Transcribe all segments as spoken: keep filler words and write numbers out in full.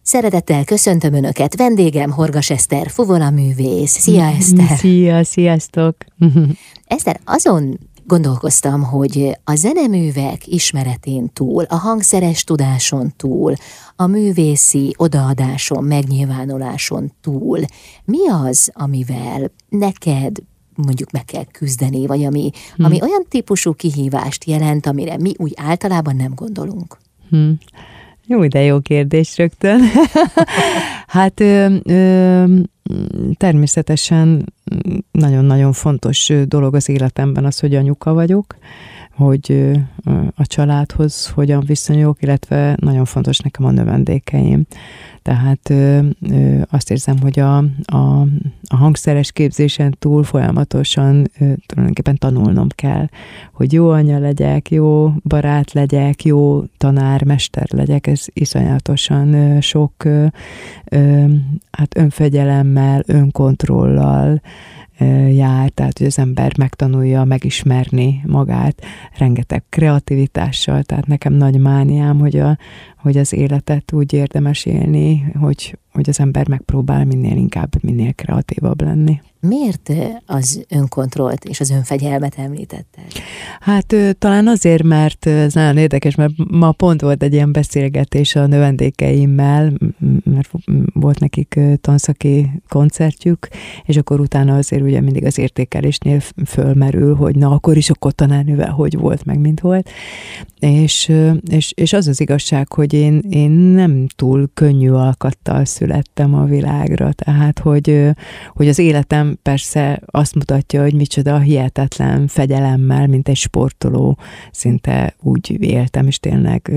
Szeretettel köszöntöm Önöket, vendégem Horgas Eszter, fuvolaművész. Szia, Eszter! Szia, sziasztok! Eszter, azon gondolkoztam, hogy a zeneművek ismeretén túl, a hangszeres tudáson túl, a művészi odaadáson, megnyilvánuláson túl, mi az, amivel neked mondjuk meg kell küzdeni, vagy ami, hmm. ami olyan típusú kihívást jelent, amire mi úgy általában nem gondolunk? Hmm. Jó, de jó kérdés rögtön. Hát ö, ö, természetesen nagyon-nagyon fontos dolog az életemben az, hogy anyuka vagyok, hogy a családhoz hogyan viszonyulok, illetve nagyon fontos nekem a növendékeim. Tehát ö, ö, azt érzem, hogy a, a, a hangszeres képzésen túl folyamatosan ö, tulajdonképpen tanulnom kell, hogy jó anya legyek, jó barát legyek, jó tanár, mester legyek, ez iszonyatosan ö, sok ö, ö, hát önfegyelemmel, önkontrollal jár, tehát hogy az ember megtanulja megismerni magát, rengeteg kreativitással, tehát nekem nagy mániám, hogy, a, hogy az életet úgy érdemes élni, hogy, hogy az ember megpróbál minél inkább, minél kreatívabb lenni. Miért az önkontrollt és az önfegyelmet említetted? Hát talán azért, mert ez nagyon érdekes, mert ma pont volt egy ilyen beszélgetés a növendékeimmel, mert volt nekik tanszaki koncertjük, és akkor utána azért ugye mindig az értékelésnél fölmerül, hogy na akkor is akkor tanárnővel hogy volt, meg mint volt. És, és, és az az igazság, hogy én, én nem túl könnyű alkattal születtem a világra, tehát hogy, hogy az életem persze azt mutatja, hogy micsoda hihetetlen fegyelemmel, mint egy sportoló, szinte úgy éltem, és tényleg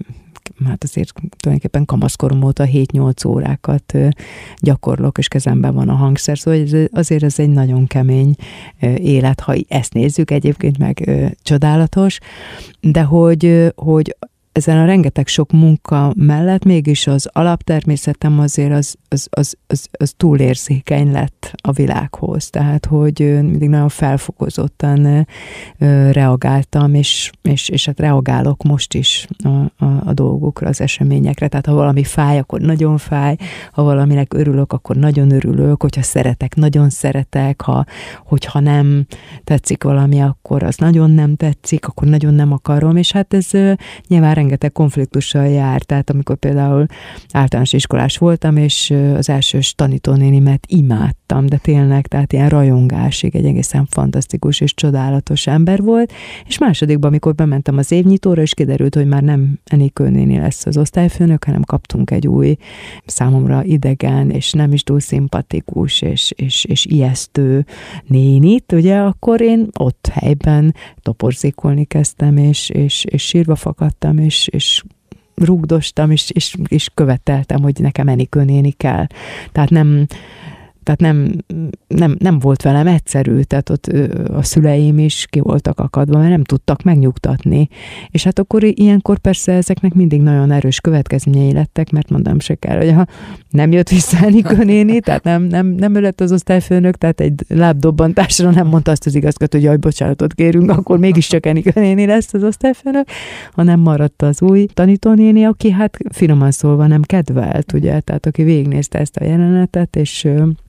hát azért tulajdonképpen kamaszkorom óta hét-nyolc órákat gyakorlok, és kezemben van a hangszer, szóval azért ez egy nagyon kemény élet, ha ezt nézzük, egyébként meg csodálatos, de hogy, hogy ezen a rengeteg sok munka mellett mégis az alaptermészetem azért az, az, az, az, az túlérzékeny lett a világhoz. Tehát, hogy mindig nagyon felfokozottan reagáltam, és, és, és hát reagálok most is a, a, a dolgokra, az eseményekre. Tehát, ha valami fáj, akkor nagyon fáj, ha valaminek örülök, akkor nagyon örülök, hogyha szeretek, nagyon szeretek, ha, hogyha nem tetszik valami, akkor az nagyon nem tetszik, akkor nagyon nem akarom, és hát ez nyilván rengeteg konfliktussal jár, tehát amikor például általános iskolás voltam, és az elsős tanítónénimet imádtam, de tényleg, tehát ilyen rajongásig egy egészen fantasztikus és csodálatos ember volt, és másodikban, amikor bementem az évnyitóra, és kiderült, hogy már nem Enikő néni lesz az osztályfőnök, hanem kaptunk egy új, számomra idegen, és nem is túl szimpatikus, és, és, és ijesztő nénit, ugye, akkor én ott helyben toporzékolni kezdtem, és, és, és sírva fakadtam, és és, és rugdostam, és, és, és követeltem, hogy nekem Enikő néni kell. Tehát nem, tehát nem, nem, nem volt velem egyszerű, tehát ott a szüleim is ki voltak akadva, mert nem tudtak megnyugtatni. És hát akkor ilyenkor persze ezeknek mindig nagyon erős következményei lettek, mert mondom se kell, hogy ha nem jött vissza Enikő néni, tehát nem, nem, nem ő lett az osztályfőnök, tehát egy lábdobbantásra nem mondta azt az igazgató, hogy jaj, bocsánatot kérünk, akkor mégiscsak Enikő néni lesz az osztályfőnök, hanem maradt az új tanítónéni, aki hát finoman szólva nem kedvelt, ugye, tehát aki végignézte ezt a jelenetet, és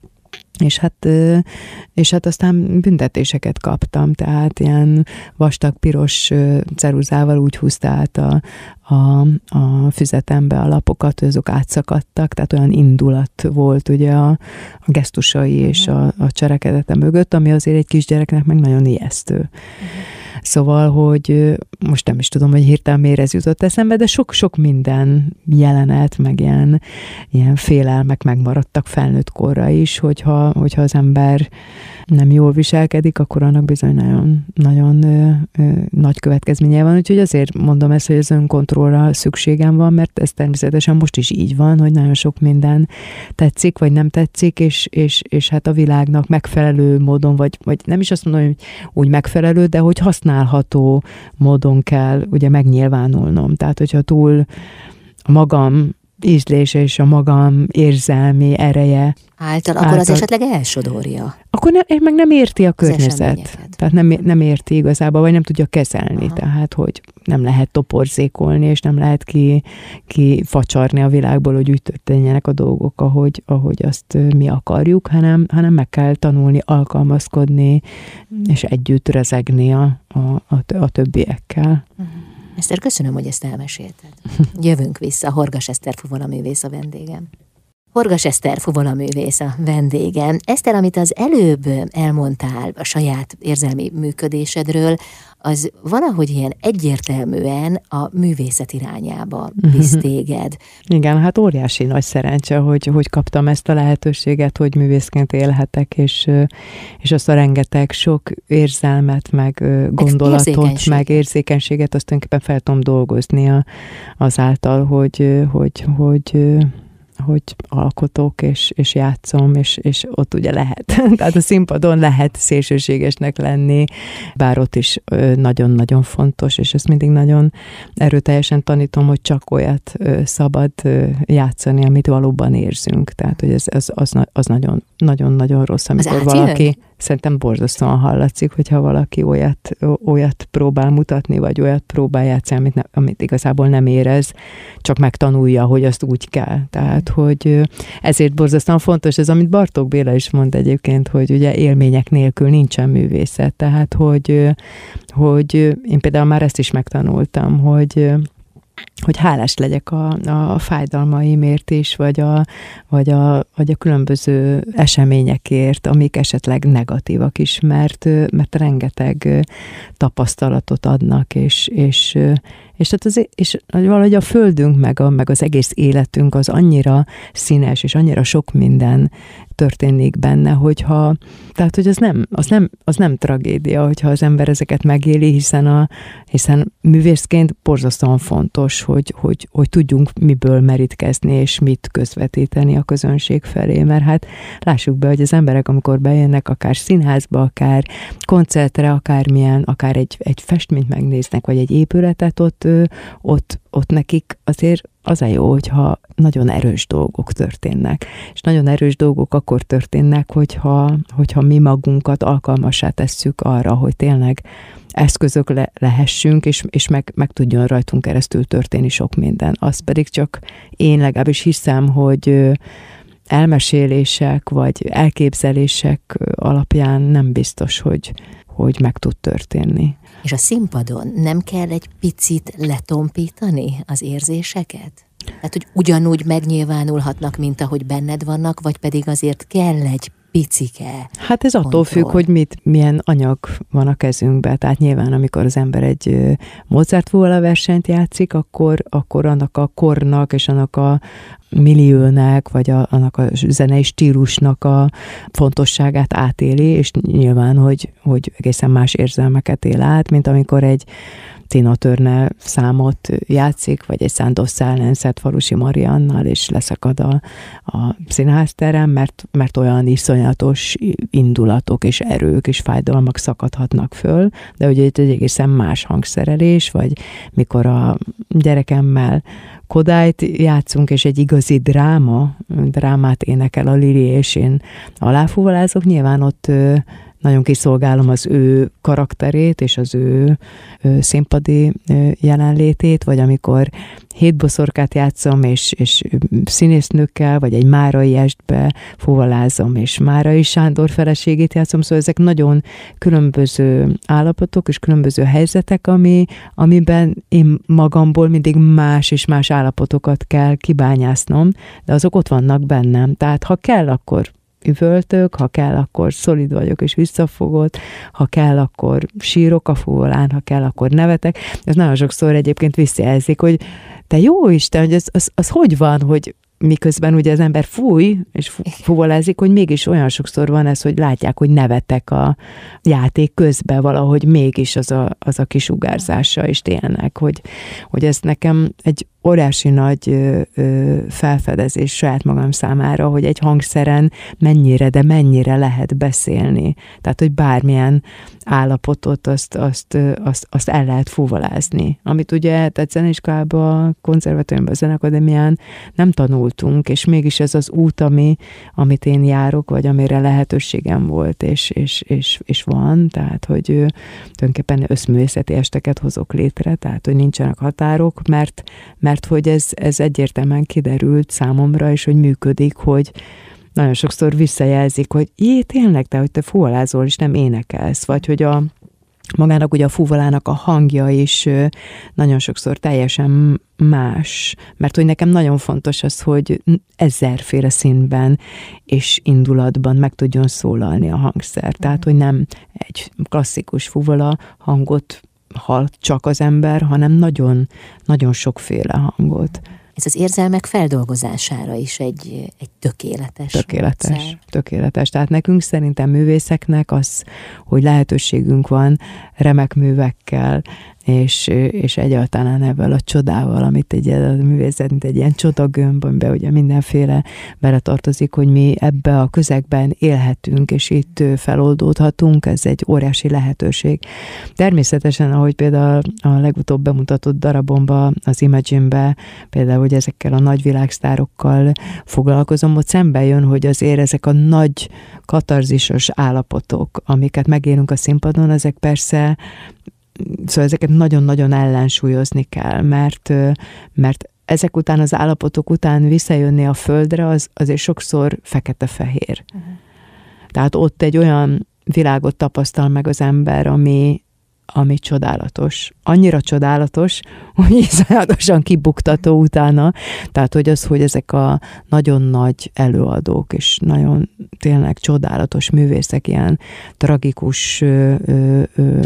És hát, és hát aztán büntetéseket kaptam, tehát ilyen vastag piros ceruzával úgy húzta át a, a, a füzetembe a lapokat, hogy azok átszakadtak, tehát olyan indulat volt ugye a, a gesztusai és a, a cselekedete mögött, ami azért egy kisgyereknek meg nagyon ijesztő. Szóval, hogy most nem is tudom, hogy hirtelen miért ez jutott eszembe, de sok-sok minden jelenet, meg ilyen, ilyen félelmek megmaradtak felnőtt korra is, hogyha, hogyha az ember nem jól viselkedik, akkor annak bizony nagyon, nagyon ö, ö, nagy következménye van. Úgyhogy azért mondom ezt, hogy az önkontrollra szükségem van, mert ez természetesen most is így van, hogy nagyon sok minden tetszik, vagy nem tetszik, és, és, és hát a világnak megfelelő módon, vagy, vagy nem is azt mondom, hogy úgy megfelelő, de hogy használható módon kell ugye megnyilvánulnom. Tehát, hogyha túl a magam ízlése és a magam érzelmi ereje által, akkor által, az esetleg elsodorja. Akkor ne, meg nem érti a környezet. Tehát nem, nem érti igazából, vagy nem tudja kezelni. Aha. Tehát, hogy nem lehet toporzékolni, és nem lehet ki, ki facsarni a világból, hogy úgy történjenek a dolgok, ahogy, ahogy azt mi akarjuk, hanem, hanem meg kell tanulni, alkalmazkodni, és együtt rezegni a, a, a, a többiekkel. Uh-huh. Eszter, köszönöm, hogy ezt elmesélted. Jövünk vissza, Horgas Eszter fuvolaművész a vendégem. Horgas Eszter fuvolaművész a vendégem. Eszter, amit az előbb elmondtál a saját érzelmi működésedről, az valahogy ilyen egyértelműen a művészet irányába visz téged. Igen, hát óriási nagy szerencse, hogy, hogy kaptam ezt a lehetőséget, hogy művészként élhetek, és, és azt a rengeteg sok érzelmet, meg gondolatot, érzékenység. meg érzékenységet, azt tulajdonképpen fel tudom dolgozni a, azáltal, hogy, hogy, hogy hogy alkotok, és, és játszom, és, és ott ugye lehet. Tehát a színpadon lehet szélsőségesnek lenni, bár ott is nagyon-nagyon fontos, és ezt mindig nagyon erőteljesen tanítom, hogy csak olyat szabad játszani, amit valóban érzünk. Tehát, hogy ez, az, az, az nagyon, nagyon-nagyon rossz, amikor valaki, szerintem borzasztóan hallatszik, hogyha valaki olyat, olyat próbál mutatni, vagy olyat próbál játszani, amit, ne, amit igazából nem érez, csak megtanulja, hogy azt úgy kell. Tehát, hogy ezért borzasztóan fontos ez, amit Bartók Béla is mond egyébként, hogy ugye élmények nélkül nincsen művészet. Tehát, hogy, hogy én például már ezt is megtanultam, hogy hogy hálás legyek a, a fájdalmaimért is, vagy a, vagy, a, vagy a különböző eseményekért, amik esetleg negatívak is, mert, mert rengeteg tapasztalatot adnak, és, és, és, tehát az, és valahogy a földünk, meg, a, meg az egész életünk az annyira színes, és annyira sok minden történik benne, hogyha, tehát, hogy az nem, az nem, az nem tragédia, hogyha az ember ezeket megéli, hiszen, a, hiszen művészként borzasztóan fontos, hogy, hogy, hogy tudjunk miből merítkezni, és mit közvetíteni a közönség felé, mert hát lássuk be, hogy az emberek, amikor bejönnek akár színházba, akár koncertre, akármilyen, akár egy, egy festményt megnéznek, vagy egy épületet, ott, ott, ott nekik azért az a jó, hogyha nagyon erős dolgok történnek. És nagyon erős dolgok akkor történnek, hogyha, hogyha mi magunkat alkalmassá tesszük arra, hogy tényleg eszközök le, lehessünk, és, és meg, meg tudjon rajtunk keresztül történni sok minden. Az pedig csak én legalábbis hiszem, hogy elmesélések, vagy elképzelések alapján nem biztos, hogy, hogy meg tud történni. És a színpadon nem kell egy picit letompítani az érzéseket? Tehát, hogy ugyanúgy megnyilvánulhatnak, mint ahogy benned vannak, vagy pedig azért kell egy picike Hát ez attól kontroll. Függ, hogy mit, milyen anyag van a kezünkben. Tehát nyilván, amikor az ember egy Mozart fuvola versenyt játszik, akkor, akkor annak a kornak és annak a milliónek, vagy a, annak a zenei stílusnak a fontosságát átéli, és nyilván, hogy, hogy egészen más érzelmeket él át, mint amikor egy Tina Turner számot játszik, vagy egy Santos Silence-et Falusi Mariannal, és leszakad a, a színházterem, mert, mert olyan iszonyatos indulatok és erők és fájdalmak szakadhatnak föl, de ugye itt egy egészen más hangszerelés, vagy mikor a gyerekemmel Kodályt játszunk, és egy igazi dráma, drámát énekel a Lili, és én aláfuvolázok, nyilván ott nagyon kiszolgálom az ő karakterét, és az ő, ő színpadi jelenlétét, vagy amikor hétboszorkát játszom, és, és színésznőkkel, vagy egy Márai estbe fuvolázom, és Márai Sándor feleségét játszom, szóval ezek nagyon különböző állapotok, és különböző helyzetek, ami, amiben én magamból mindig más és más állapotokat kell kibányásznom, de azok ott vannak bennem. Tehát ha kell, akkor üvöltök, ha kell, akkor szolid vagyok és visszafogott, ha kell, akkor sírok a fuvolán, ha kell, akkor nevetek. Ez nagyon sokszor egyébként visszajelzik, hogy te jó Isten, hogy az, az, az hogy van, hogy miközben ugye az ember fúj, és fuvolázik, hogy mégis olyan sokszor van ez, hogy látják, hogy nevetek a játék közben valahogy mégis az a, az a kisugárzása is tényleg, hogy, hogy ez nekem egy óriási nagy ö, ö, felfedezés saját magam számára, hogy egy hangszeren mennyire, de mennyire lehet beszélni. Tehát, hogy bármilyen állapotot azt, azt, azt, azt el lehet fuvolázni. Amit ugye, tehát zeneiskolában, konzervatóriumban, zenekadémián nem tanultunk, és mégis ez az út, ami, amit én járok, vagy amire lehetőségem volt, és, és, és, és van, tehát, hogy tulajdonképpen összművészeti esteket hozok létre, tehát, hogy nincsenek határok, mert, mert hogy ez, ez egyértelműen kiderült számomra, és hogy működik, hogy nagyon sokszor visszajelzik, hogy jé, tényleg, te, hogy te fuvolázol, és nem énekelsz, vagy hogy a magának ugye a fuvolának a hangja is nagyon sokszor teljesen más, mert hogy nekem nagyon fontos az, hogy ezerféle színben és indulatban meg tudjon szólalni a hangszer. Tehát, hogy nem egy klasszikus fuvola hangot hall csak az ember, hanem nagyon, nagyon sokféle hangot. Ez az érzelmek feldolgozására is egy, egy tökéletes. Tökéletes, módszer. tökéletes. Tehát nekünk szerintem művészeknek az, hogy lehetőségünk van remek művekkel, és, és egyáltalán ebből a csodával, amit egy a művészet, mint egy ilyen csodagömb, amiben ugye mindenféle beletartozik, hogy mi ebbe a közegben élhetünk, és itt feloldódhatunk, ez egy óriási lehetőség. Természetesen, ahogy például a legutóbb bemutatott darabomba, az Imagine-be, például, hogy ezekkel a nagy világsztárokkal foglalkozom, ott szembe jön, hogy azért ezek a nagy katarzisos állapotok, amiket megélünk a színpadon, ezek persze szóval ezeket nagyon-nagyon ellensúlyozni kell, mert, mert ezek után, az állapotok után visszajönni a földre, az azért sokszor fekete-fehér. Uh-huh. Tehát ott egy olyan világot tapasztal meg az ember, ami, ami csodálatos. Annyira csodálatos, hogy iszonyatosan kibuktató utána. Tehát, hogy az, hogy ezek a nagyon nagy előadók, és nagyon tényleg csodálatos művészek, ilyen tragikus ö, ö, ö,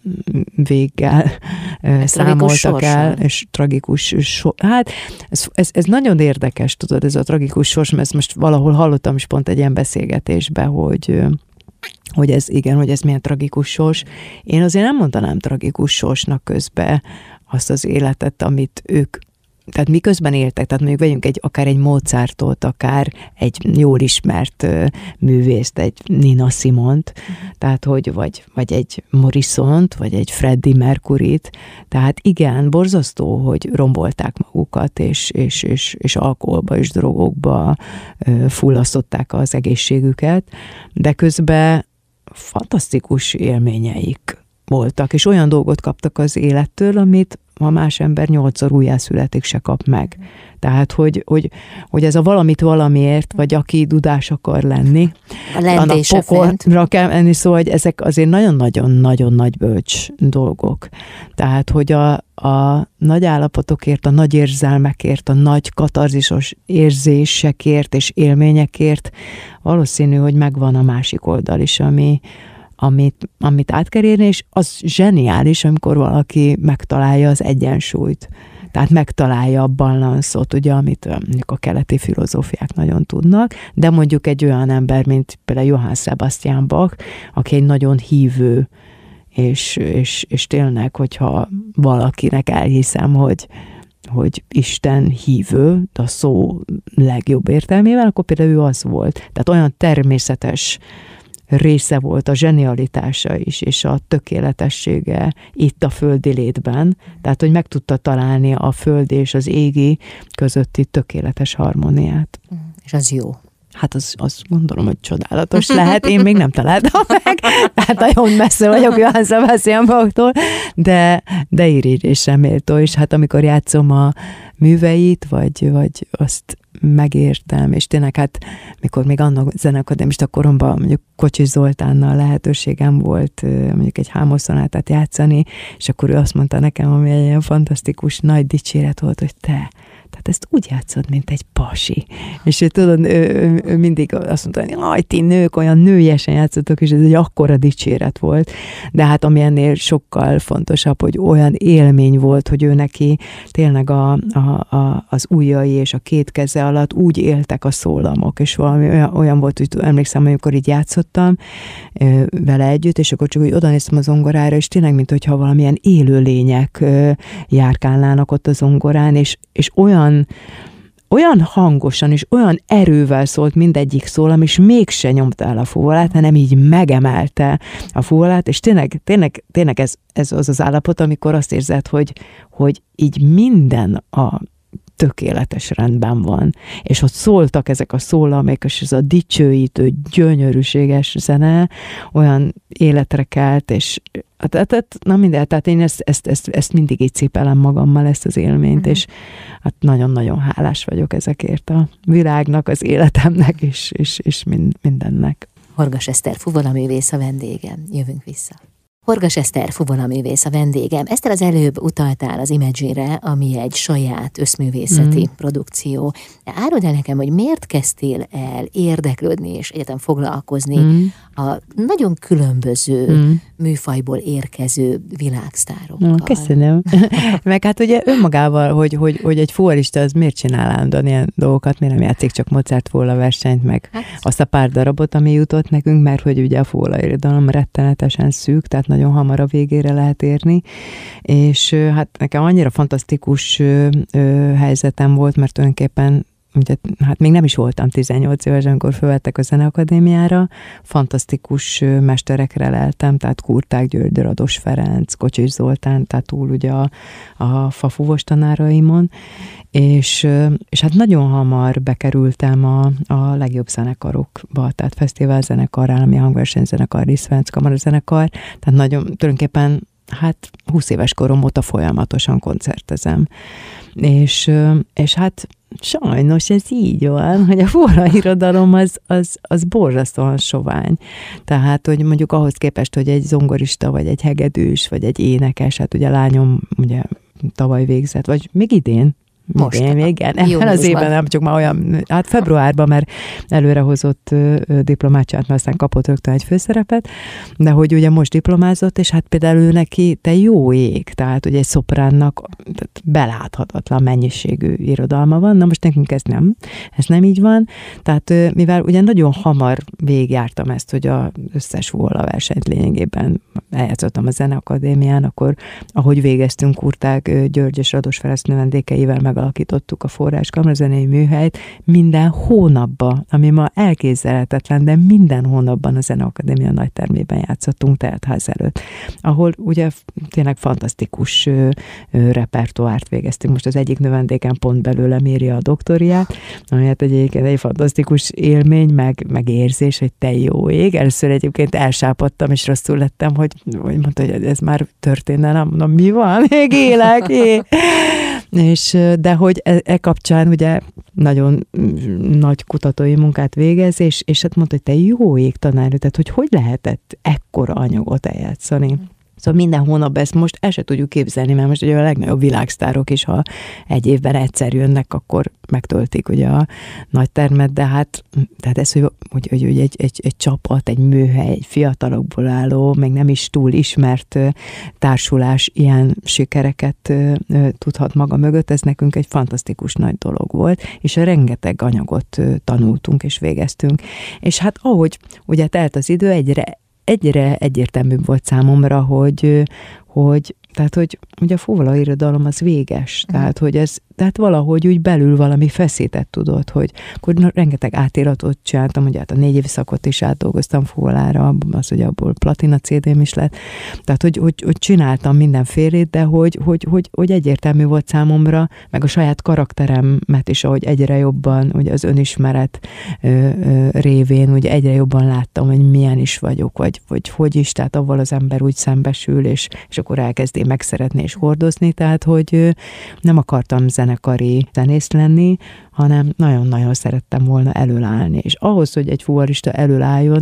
véggel ez számoltak el, és tragikus sors. Hát ez, ez, ez nagyon érdekes, tudod, ez a tragikus sors, mert ezt most valahol hallottam is pont egy ilyen beszélgetésben, hogy hogy ez igen, hogy ez milyen tragikus sors. Én azért nem mondanám tragikus sorsnak közben azt az életet, amit ők, tehát miközben éltek, tehát mondjuk vegyünk egy, akár egy Mozartot, akár egy jól ismert uh, művészt, egy Nina Simont, uh-huh. tehát hogy, vagy, vagy egy Morrisont, vagy egy Freddie Mercuryt, tehát igen, borzasztó, hogy rombolták magukat, és, és, és, és alkoholba és drogokba uh, fullasztották az egészségüket, de közben fantasztikus élményeik voltak, és olyan dolgot kaptak az élettől, amit ha más ember nyolcszor újjászületik, se kap meg. Tehát, hogy, hogy, hogy ez a valamit valamiért, vagy aki dudás akar lenni, annak pokolra kell menni, szóval, hogy ezek azért nagyon-nagyon-nagyon nagy bölcs dolgok. Tehát, hogy a, a nagy állapotokért, a nagy érzelmekért, a nagy katarzisos érzésekért és élményekért valószínű, hogy megvan a másik oldal is, ami Amit, amit át kell érni, és az zseniális, amikor valaki megtalálja az egyensúlyt. Tehát megtalálja a balanszot, ugye, amit mondjuk a keleti filozófiák nagyon tudnak, de mondjuk egy olyan ember, mint például Johann Sebastian Bach, aki egy nagyon hívő, és, és, és tényleg, hogyha valakinek elhiszem, hogy hogy Isten hívő, de a szó legjobb értelmében, akkor például ő az volt. Tehát olyan természetes része volt a zsenialitása is, és a tökéletessége itt a földi létben, tehát, hogy meg tudta találni a földi és az égi közötti tökéletes harmóniát. És az jó. Hát az, azt gondolom, hogy csodálatos lehet, én még nem találtam meg, tehát nagyon messze vagyok Johann Sebastian Bachtól, de, de irigylésre méltó, és hát amikor játszom a műveit, vagy, vagy azt megértem, és tényleg hát, mikor még annak zenekadémista koromban mondjuk Kocsis Zoltánnal lehetőségem volt mondjuk egy hámoszonátát játszani, és akkor ő azt mondta nekem, ami egy ilyen fantasztikus nagy dicséret volt, hogy te, tehát ezt úgy játszod, mint egy pasi. És ő tudod, ő, ő, ő mindig azt mondta, hogy aj, ti nők olyan nőiesen játszottok, és ez egy akkora dicséret volt. De hát ami ennél sokkal fontosabb, hogy olyan élmény volt, hogy ő neki tényleg a, a, a, az ujjai és a két keze alatt úgy éltek a szólamok, és valami olyan, olyan volt, hogy emlékszem, amikor így játszottam ö, vele együtt, és akkor csak úgy oda néztem a zongorára, és tényleg, mint hogyha valamilyen élőlények ö, járkálnának ott a zongorán, és, és olyan olyan hangosan és olyan erővel szólt mindegyik szólam, és mégse nyomta el a fuvolát, hanem így megemelte a fuvolát, és tényleg, tényleg, tényleg ez, ez az az állapot, amikor azt érzed, hogy, hogy így minden a tökéletes rendben van. És ott szóltak ezek a szólamok, és ez a dicsőítő, gyönyörűséges zene olyan életre kelt, és tehát, na minden, tehát én ezt, ezt, ezt, ezt mindig így cipelem magammal, ezt az élményt, mm. és hát nagyon-nagyon hálás vagyok ezekért a világnak, az életemnek, és, és, és mind, mindennek. Horgas Eszter fuvolaművész a vendégem. Jövünk vissza. Horgas Eszter fuvolaművész a vendégem. Eszter, az előbb utaltál az Imagine-re, ami egy saját összművészeti mm. produkció. De áruld el nekem, hogy miért kezdtél el érdeklődni és egyetem foglalkozni mm. a nagyon különböző mm. műfajból érkező világsztárokkal. No, köszönöm. Meg hát ugye önmagával, hogy, hogy, hogy egy fuvolista az miért csinál állandóan ilyen dolgokat, miért nem játszik csak Mozart fuvola versenyt, meg hát. azt a pár darabot, ami jutott nekünk, mert hogy ugye a fuvola irodalom rettenetesen szűk, tehát nagyon hamar a végére lehet érni, és hát nekem annyira fantasztikus ö, ö, helyzetem volt, mert tulajdonképpen ugye, hát még nem is voltam tizennyolc éves, amikor fölvettek a Zeneakadémiára, fantasztikus mesterekre leltem, tehát Kurták György, Rados Ferenc, Kocsis Zoltán, tehát túl ugye a, a fafúvos tanáraimon, és, és hát nagyon hamar bekerültem a, a legjobb zenekarokba, tehát fesztivál zenekar, állami hangversenyzenekar, Liszt-Ferenc kamarazenekar, tehát nagyon tulajdonképpen hát húsz éves korom óta folyamatosan koncertezem. És, és hát sajnos ez így van, hogy a fuvola irodalom az, az, az borzasztóan sovány. Tehát, hogy mondjuk ahhoz képest, hogy egy zongorista, vagy egy hegedűs, vagy egy énekes, hát ugye a lányom ugye tavaly végzett, vagy még idén, Most. Igen, igen. Ebben az évben nem csak már olyan, hát februárban, mert előrehozott diplomát csinált, mert aztán kapott rögtön egy főszerepet, de hogy ugye most diplomázott, és hát például ő neki, te jó ég, tehát ugye egy szopránnak tehát beláthatatlan mennyiségű irodalma van, na most nekünk ez nem, ez nem így van, tehát mivel ugye nagyon hamar végigjártam ezt, hogy az összes fuvola versenyt lényegében eljátszottam a Zeneakadémián, akkor ahogy végeztünk Kurták György és Rados Ferenc növendékeivel, megalakítottuk a Forrás kamarazenei műhelyt, minden hónapban, ami ma elképzelhetetlen, de minden hónapban a Zeneakadémia nagytermében játszottunk teltház előtt, ahol ugye tényleg fantasztikus ö, ö, repertoárt végeztünk. Most az egyik növendéken pont belőle méri a doktoriát, ami hát egyébként egy fantasztikus élmény, meg, meg érzés, hogy te jó ég. Először egyébként elsápadtam, és rosszul lettem, hogy, hogy mondta, hogy ez már történne, nem mondom, mi van? Még élek, ég. És, de hogy e, e kapcsán ugye nagyon nagy kutatói munkát végez, és, és hát mondta, hogy te jó ég tanár, tehát hogy hogy lehetett ekkora anyagot eljátszani. Szóval minden hónapban ezt most el se tudjuk képzelni, mert most ugye a legnagyobb világsztárok is, ha egy évben egyszer jönnek, akkor megtöltik ugye a nagy termet, de hát tehát ez, hogy, hogy, hogy, hogy egy, egy, egy csapat, egy műhely, egy fiatalokból álló, még nem is túl ismert társulás ilyen sikereket tudhat maga mögött, ez nekünk egy fantasztikus nagy dolog volt, és rengeteg anyagot tanultunk és végeztünk. És hát ahogy ugye telt az idő, egyre egyre egyértelműbb volt számomra, hogy, hogy tehát, hogy ugye a fuvola irodalom az véges, mm. tehát, hogy ez, tehát valahogy úgy belül valami feszített tudod, hogy akkor na, rengeteg átiratot csináltam, ugye hát a négy évi szakot is átdolgoztam fuvolára, az ugye abból platina cé dém is lett, tehát, hogy, hogy, hogy csináltam mindenfélét, de hogy, hogy, hogy, hogy egyértelmű volt számomra, meg a saját karakteremet is, ahogy egyre jobban, ugye az önismeret ö, ö, révén, ugye egyre jobban láttam, hogy milyen is vagyok, vagy, vagy hogy is, tehát avval az ember úgy szembesül, és, és akkor elkezdi megszeretni és hordozni, tehát, hogy nem akartam zenekari zenész lenni, hanem nagyon-nagyon szerettem volna előállni. És ahhoz, hogy egy fuvolista előálljon,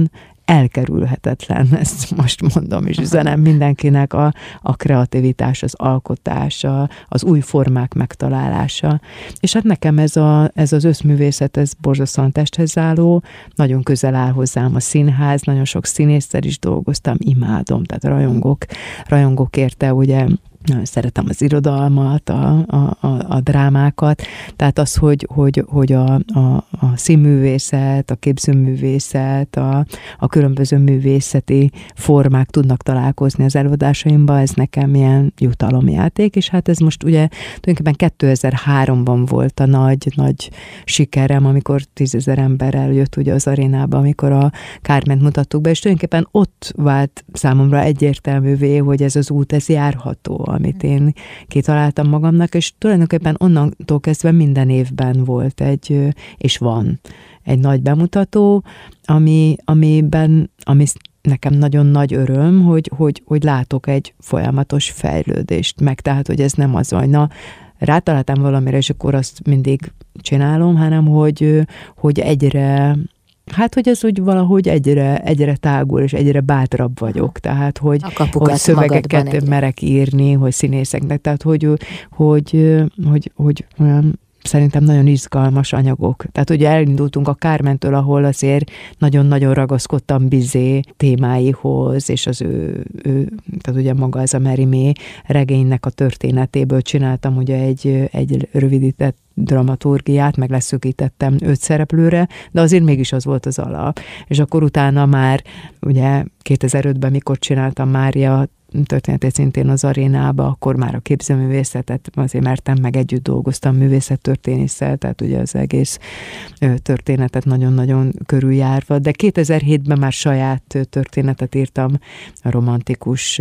elkerülhetetlen, ezt most mondom és üzenem mindenkinek, a, a kreativitás, az alkotás, a, az új formák megtalálása. És hát nekem ez, a, ez az összművészet, ez borzasztóan testhez álló, nagyon közel áll hozzám a színház, nagyon sok színésszel is dolgoztam, imádom, tehát rajongok, rajongok érte, ugye, nagyon szeretem az irodalmat, a, a, a, a drámákat, tehát az, hogy, hogy, hogy a, a, a színművészet, a képzőművészet, a, a különböző művészeti formák tudnak találkozni az előadásaimban, ez nekem ilyen jutalomjáték, és hát ez most ugye tulajdonképpen kétezer-háromban volt a nagy, nagy sikerem, amikor tízezer emberrel jött ugye az arénába, amikor a Carment mutattuk be, és tulajdonképpen ott vált számomra egyértelművé, hogy ez az út, ez járható, amit én kitaláltam magamnak, és tulajdonképpen onnantól kezdve minden évben volt egy, és van egy nagy bemutató, ami, amiben, ami nekem nagyon nagy öröm, hogy, hogy, hogy látok egy folyamatos fejlődést meg, tehát, hogy ez nem az, hogy na, rátaláltam valamire, és akkor azt mindig csinálom, hanem, hogy, hogy egyre Hát, hogy ez úgy valahogy egyre, egyre tágul, és egyre bátrabb vagyok. Tehát, hogy, hogy szövegeket merek írni, hogy színészeknek. Tehát, hogy, hogy, hogy, hogy olyan szerintem nagyon izgalmas anyagok. Tehát ugye elindultunk a Carmentől, ahol azért nagyon-nagyon ragaszkodtam Bizet témáihoz, és az ő, ő tehát ugye maga ez a Mérimée regénynek a történetéből csináltam ugye egy, egy rövidített dramaturgiát, meg leszökítettem öt szereplőre, de azért mégis az volt az alap. És akkor utána már, ugye kétezer-ötben, mikor csináltam Mária történetét szintén az arénába, akkor már a képzőművészetet azért mertem, meg együtt dolgoztam művészettörténésszel, tehát ugye az egész történetet nagyon-nagyon körüljárva, de kétezer-hétben már saját történetet írtam a romantikus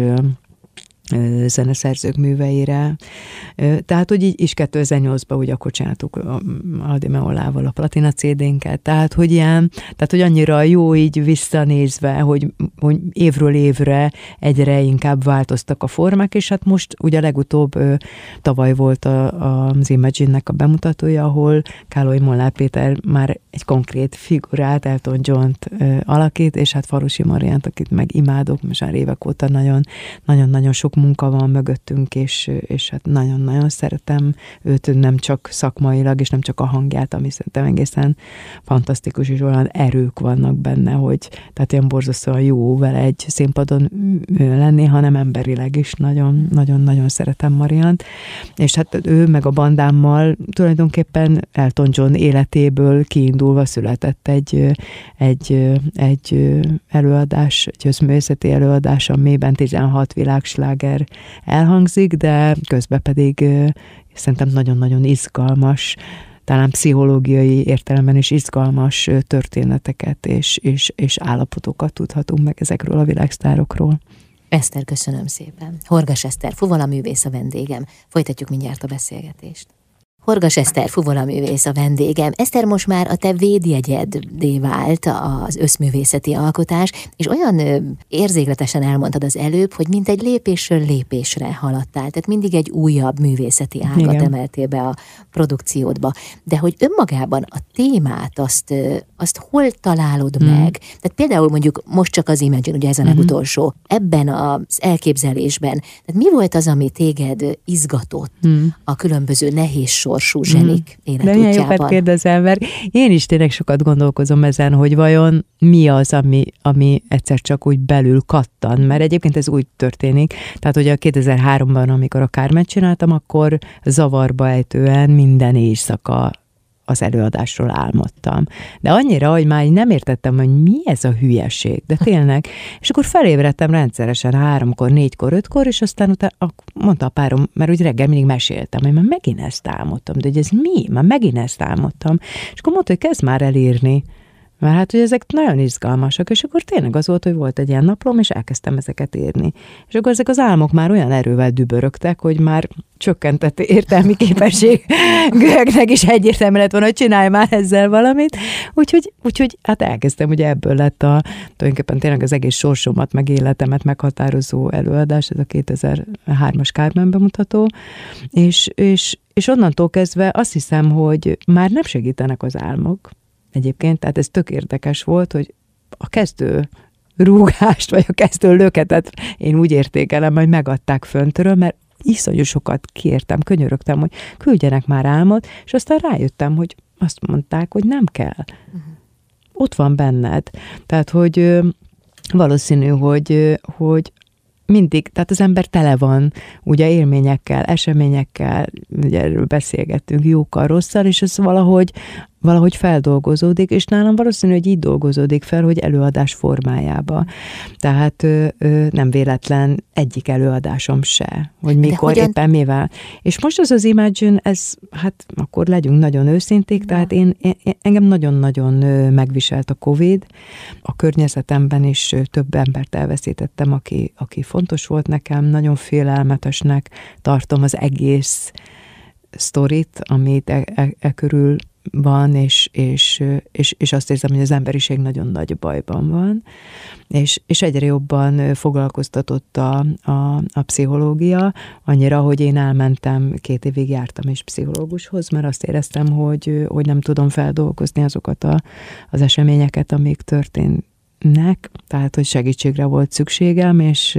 zeneszerzők műveire. Tehát, hogy így is kétezer-nyolcban ugye akkor csináltuk Aldi Meolával a Platina cé dé-nket, tehát, hogy ilyen, tehát, hogy annyira jó így visszanézve, hogy, hogy évről évre egyre inkább változtak a formák, és hát most ugye legutóbb tavaly volt a, a, az Imagine-nek a bemutatója, ahol Károly Molnár Péter már egy konkrét figurát, Elton John-t alakít, és hát Falusi Mariánt, akit meg imádok, most már évek óta nagyon, nagyon-nagyon sok munka van mögöttünk, és, és hát nagyon-nagyon szeretem őt, nem csak szakmailag, és nem csak a hangját, ami szerintem egészen fantasztikus, és olyan erők vannak benne, hogy tehát ilyen borzasztóan jó vele egy színpadon lenni, hanem emberileg is nagyon-nagyon szeretem Mariant, és hát ő meg a bandámmal tulajdonképpen Elton John életéből kiindulva született egy, egy, egy előadás, egy összművészeti előadás, amiben tizenhat világsláger elhangzik, de közben pedig szerintem nagyon-nagyon izgalmas, talán pszichológiai értelemben is izgalmas történeteket és, és, és állapotokat tudhatunk meg ezekről a világsztárokról. Eszter, köszönöm szépen. Horgas Eszter, fuvolaművész a vendégem. Folytatjuk mindjárt a beszélgetést. Horgas Eszter, fuvolaművész a vendégem. Eszter, most már a te védjegyeddé vált az összművészeti alkotás, és olyan ö, érzékletesen elmondtad az előbb, hogy mint egy lépésről lépésre haladtál, tehát mindig egy újabb művészeti ágat Igen. emeltél be a produkciódba. De hogy önmagában a témát, azt, ö, azt hol találod hmm. meg? Tehát például mondjuk most csak az Imagine, ugye ez a legutolsó, ebben az elképzelésben, tehát mi volt az, ami téged izgatott hmm. a különböző nehéz sorsú zsenik mm. életútjában. De milyen jókat kérdezel, mert én is tényleg sokat gondolkozom ezen, hogy vajon mi az, ami, ami egyszer csak úgy belül kattan, mert egyébként ez úgy történik. Tehát, hogy a kétezer-háromban, amikor a Carment csináltam, akkor zavarba ejtően minden éjszaka az előadásról álmodtam. De annyira, hogy már nem értettem, hogy mi ez a hülyeség, de tényleg. És akkor felébredtem rendszeresen háromkor, négykor, ötkor, és aztán utána mondta a párom, mert úgy reggel mindig meséltem, hogy már megint ezt álmodtam, de hogy ez mi? Már megint ezt álmodtam. És akkor mondta, hogy kezd már elírni. Mert hát, hogy ezek nagyon izgalmasak, és akkor tényleg az volt, hogy volt egy ilyen naplom, és elkezdtem ezeket írni. És akkor ezek az álmok már olyan erővel dübörögtek, hogy már csökkentett értelmi képességeknek is egyértelmű lett volna, hogy csinálj már ezzel valamit. Úgyhogy, úgyhogy hát elkezdtem, ugye ebből lett a tulajdonképpen tényleg az egész sorsomat, meg életemet meghatározó előadás, ez a kétezer-hármas Carmen bemutató, és, és, és onnantól kezdve azt hiszem, hogy már nem segítenek az álmok, egyébként, tehát ez tök érdekes volt, hogy a kezdő rúgást, vagy a kezdő löketet én úgy értékelem, hogy megadták föntről, mert iszonyú sokat kértem, könyörögtem, hogy küldjenek már álmot, és aztán rájöttem, hogy azt mondták, hogy nem kell. Uh-huh. Ott van benned. Tehát, hogy valószínű, hogy, hogy mindig, tehát az ember tele van ugye élményekkel, eseményekkel, ugye erről beszélgettünk, jókkal, rosszal, és ez valahogy, valahogy feldolgozódik, és nálam valószínű, hogy így dolgozódik fel, hogy előadás formájába. Tehát ö, ö, nem véletlen egyik előadásom se, hogy mikor, hogyan... éppen mivel. És most az az Imagine, ez, hát akkor legyünk nagyon őszinték, ja. Tehát én, én, engem nagyon-nagyon megviselt a Covid, a környezetemben is több embert elveszítettem, aki, aki fontos volt nekem, nagyon félelmetesnek tartom az egész sztorit, amit e, e, e körül van, és, és, és, és azt érzem, hogy az emberiség nagyon nagy bajban van, és, és egyre jobban foglalkoztatott a, a, a pszichológia, annyira, hogy én elmentem, két évig jártam is pszichológushoz, mert azt éreztem, hogy, hogy nem tudom feldolgozni azokat a, az eseményeket, amik történnek, tehát, hogy segítségre volt szükségem, és,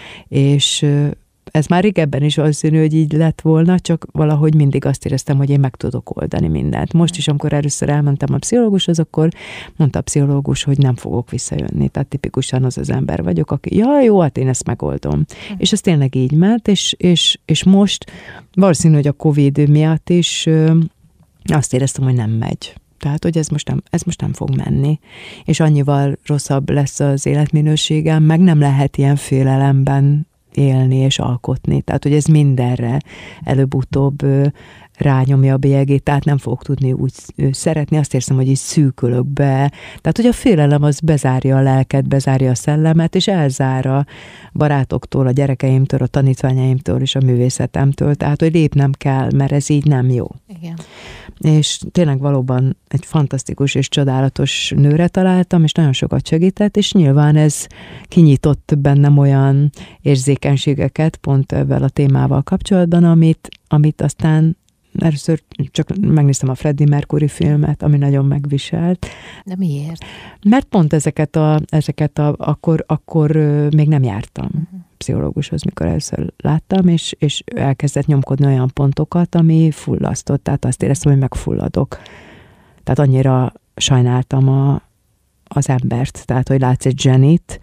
és ez már régebben is valószínű, hogy így lett volna, csak valahogy mindig azt éreztem, hogy én meg tudok oldani mindent. Most is, amikor először elmentem a pszichológushoz, akkor mondta a pszichológus, hogy nem fogok visszajönni. Tehát tipikusan az az ember vagyok, aki, ja, jó, hát én ezt megoldom. Mm. És ez tényleg így ment, és, és, és most valószínű, hogy a Covid miatt is ö, azt éreztem, hogy nem megy. Tehát, hogy ez most, nem, ez most nem fog menni. És annyival rosszabb lesz az életminőségem, meg nem lehet ilyen félelemben élni és alkotni. Tehát, hogy ez mindenre előbb-utóbb rányomja a bélyegét, tehát nem fogok tudni úgy szeretni, azt érzem, hogy így szűkülök be. Tehát, hogy a félelem az bezárja a lelket, bezárja a szellemet, és elzár a barátoktól, a gyerekeimtől, a tanítványaimtól és a művészetemtől. Tehát, hogy lépnem kell, mert ez így nem jó. Igen. És tényleg valóban egy fantasztikus és csodálatos nőre találtam, és nagyon sokat segített, és nyilván ez kinyitott bennem olyan érzékenységeket pont ebben a témával kapcsolatban, amit, amit aztán először csak megnéztem a Freddie Mercury filmet, ami nagyon megviselt. De miért? Mert pont ezeket a, ezeket a akkor, akkor még nem jártam uh-huh. pszichológushoz, mikor először láttam, és, és elkezdett nyomkodni olyan pontokat, ami fullasztott, tehát azt éreztem, hogy megfulladok. Tehát annyira sajnáltam a, az embert, tehát hogy látsz egy Jennyt,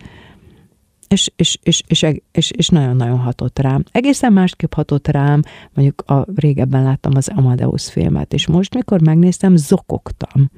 És, és, és, és, és, és nagyon-nagyon hatott rám. Egészen másképp hatott rám, mondjuk a, régebben láttam az Amadeus filmet, és most, mikor megnéztem, zokogtam.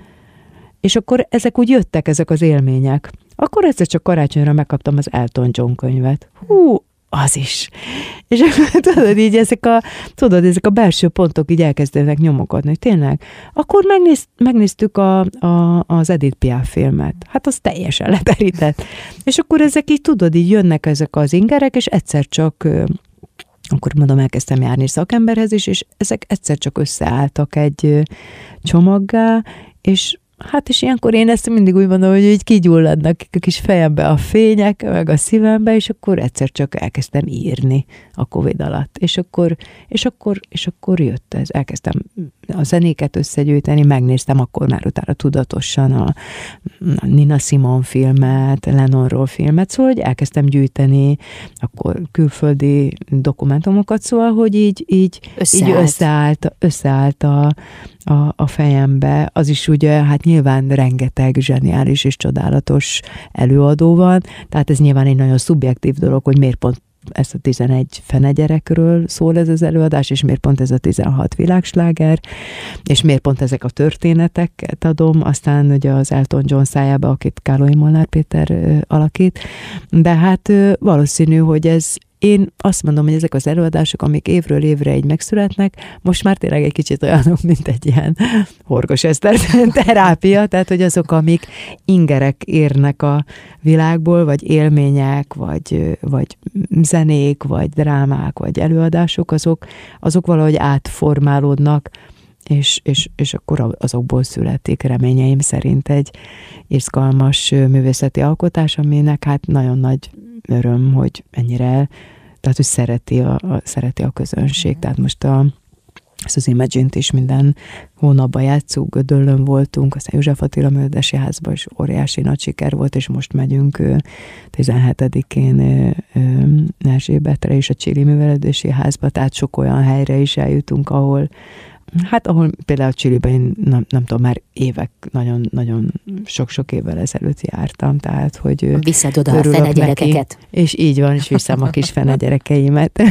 És akkor ezek úgy jöttek, ezek az élmények. Akkor egyszer csak karácsonyra megkaptam az Elton John könyvet. Hú, az is. És tudod, így ezek a, tudod, ezek a belső pontok így elkezdenek nyomogatni, hogy tényleg. Akkor megnéz, megnéztük a, a, az Edith Piaf filmet. Hát az teljesen leterített. És akkor ezek így, tudod, így jönnek ezek az ingerek, és egyszer csak, akkor mondom, elkezdtem járni szakemberhez is, és ezek egyszer csak összeálltak egy csomaggá, és hát és ilyenkor én ezt mindig úgy mondom, hogy így kigyulladnak a kis fejembe a fények, meg a szívembe, és akkor egyszer csak elkezdtem írni a Covid alatt. És akkor, és akkor, és akkor jött ez. Elkezdtem a zenéket összegyűjteni, megnéztem akkor már utána tudatosan a Nina Simone filmet, Lennonról filmet, szóval hogy elkezdtem gyűjteni akkor külföldi dokumentumokat, szóval, hogy így, így, összeállt. így összeállt, összeállt a, a, a fejembe. Az is ugye, hát nyilván rengeteg zseniális és csodálatos előadó van, tehát ez nyilván egy nagyon szubjektív dolog, hogy miért pont ez a tizenegy fene gyerekről szól ez az előadás, és miért pont ez a tizenhat világsláger, és miért pont ezek a történeteket adom, aztán ugye az Elton John szájába, akit Károly Molnár Péter alakít, de hát valószínű, hogy ez én azt mondom, hogy ezek az előadások, amik évről évre egy megszületnek, most már tényleg egy kicsit olyanok, mint egy ilyen Horgos Eszter terápia, tehát hogy azok, amik ingerek érnek a világból, vagy élmények, vagy, vagy zenék, vagy drámák, vagy előadások, azok, azok valahogy átformálódnak, és, és, és akkor azokból születik reményeim szerint egy izgalmas művészeti alkotás, aminek hát nagyon nagy öröm, hogy ennyire, tehát hogy szereti a, a, szereti a közönség. Tehát most a, ezt az Imagine-t is minden hónapban játszunk, Gödöllön voltunk, aztán József Attila Művelődési Házban is óriási nagy siker volt, és most megyünk tizenhetedikén Erzsébetre is a Csili Művelődési Házba, tehát sok olyan helyre is eljutunk, ahol hát ahol például a Csiliben én nem, nem tudom, már évek, nagyon-nagyon sok-sok évvel ezelőtt jártam, tehát hogy viszed oda a fenegyerekeket. És így van, és viszem a kis fenegyerekeimet.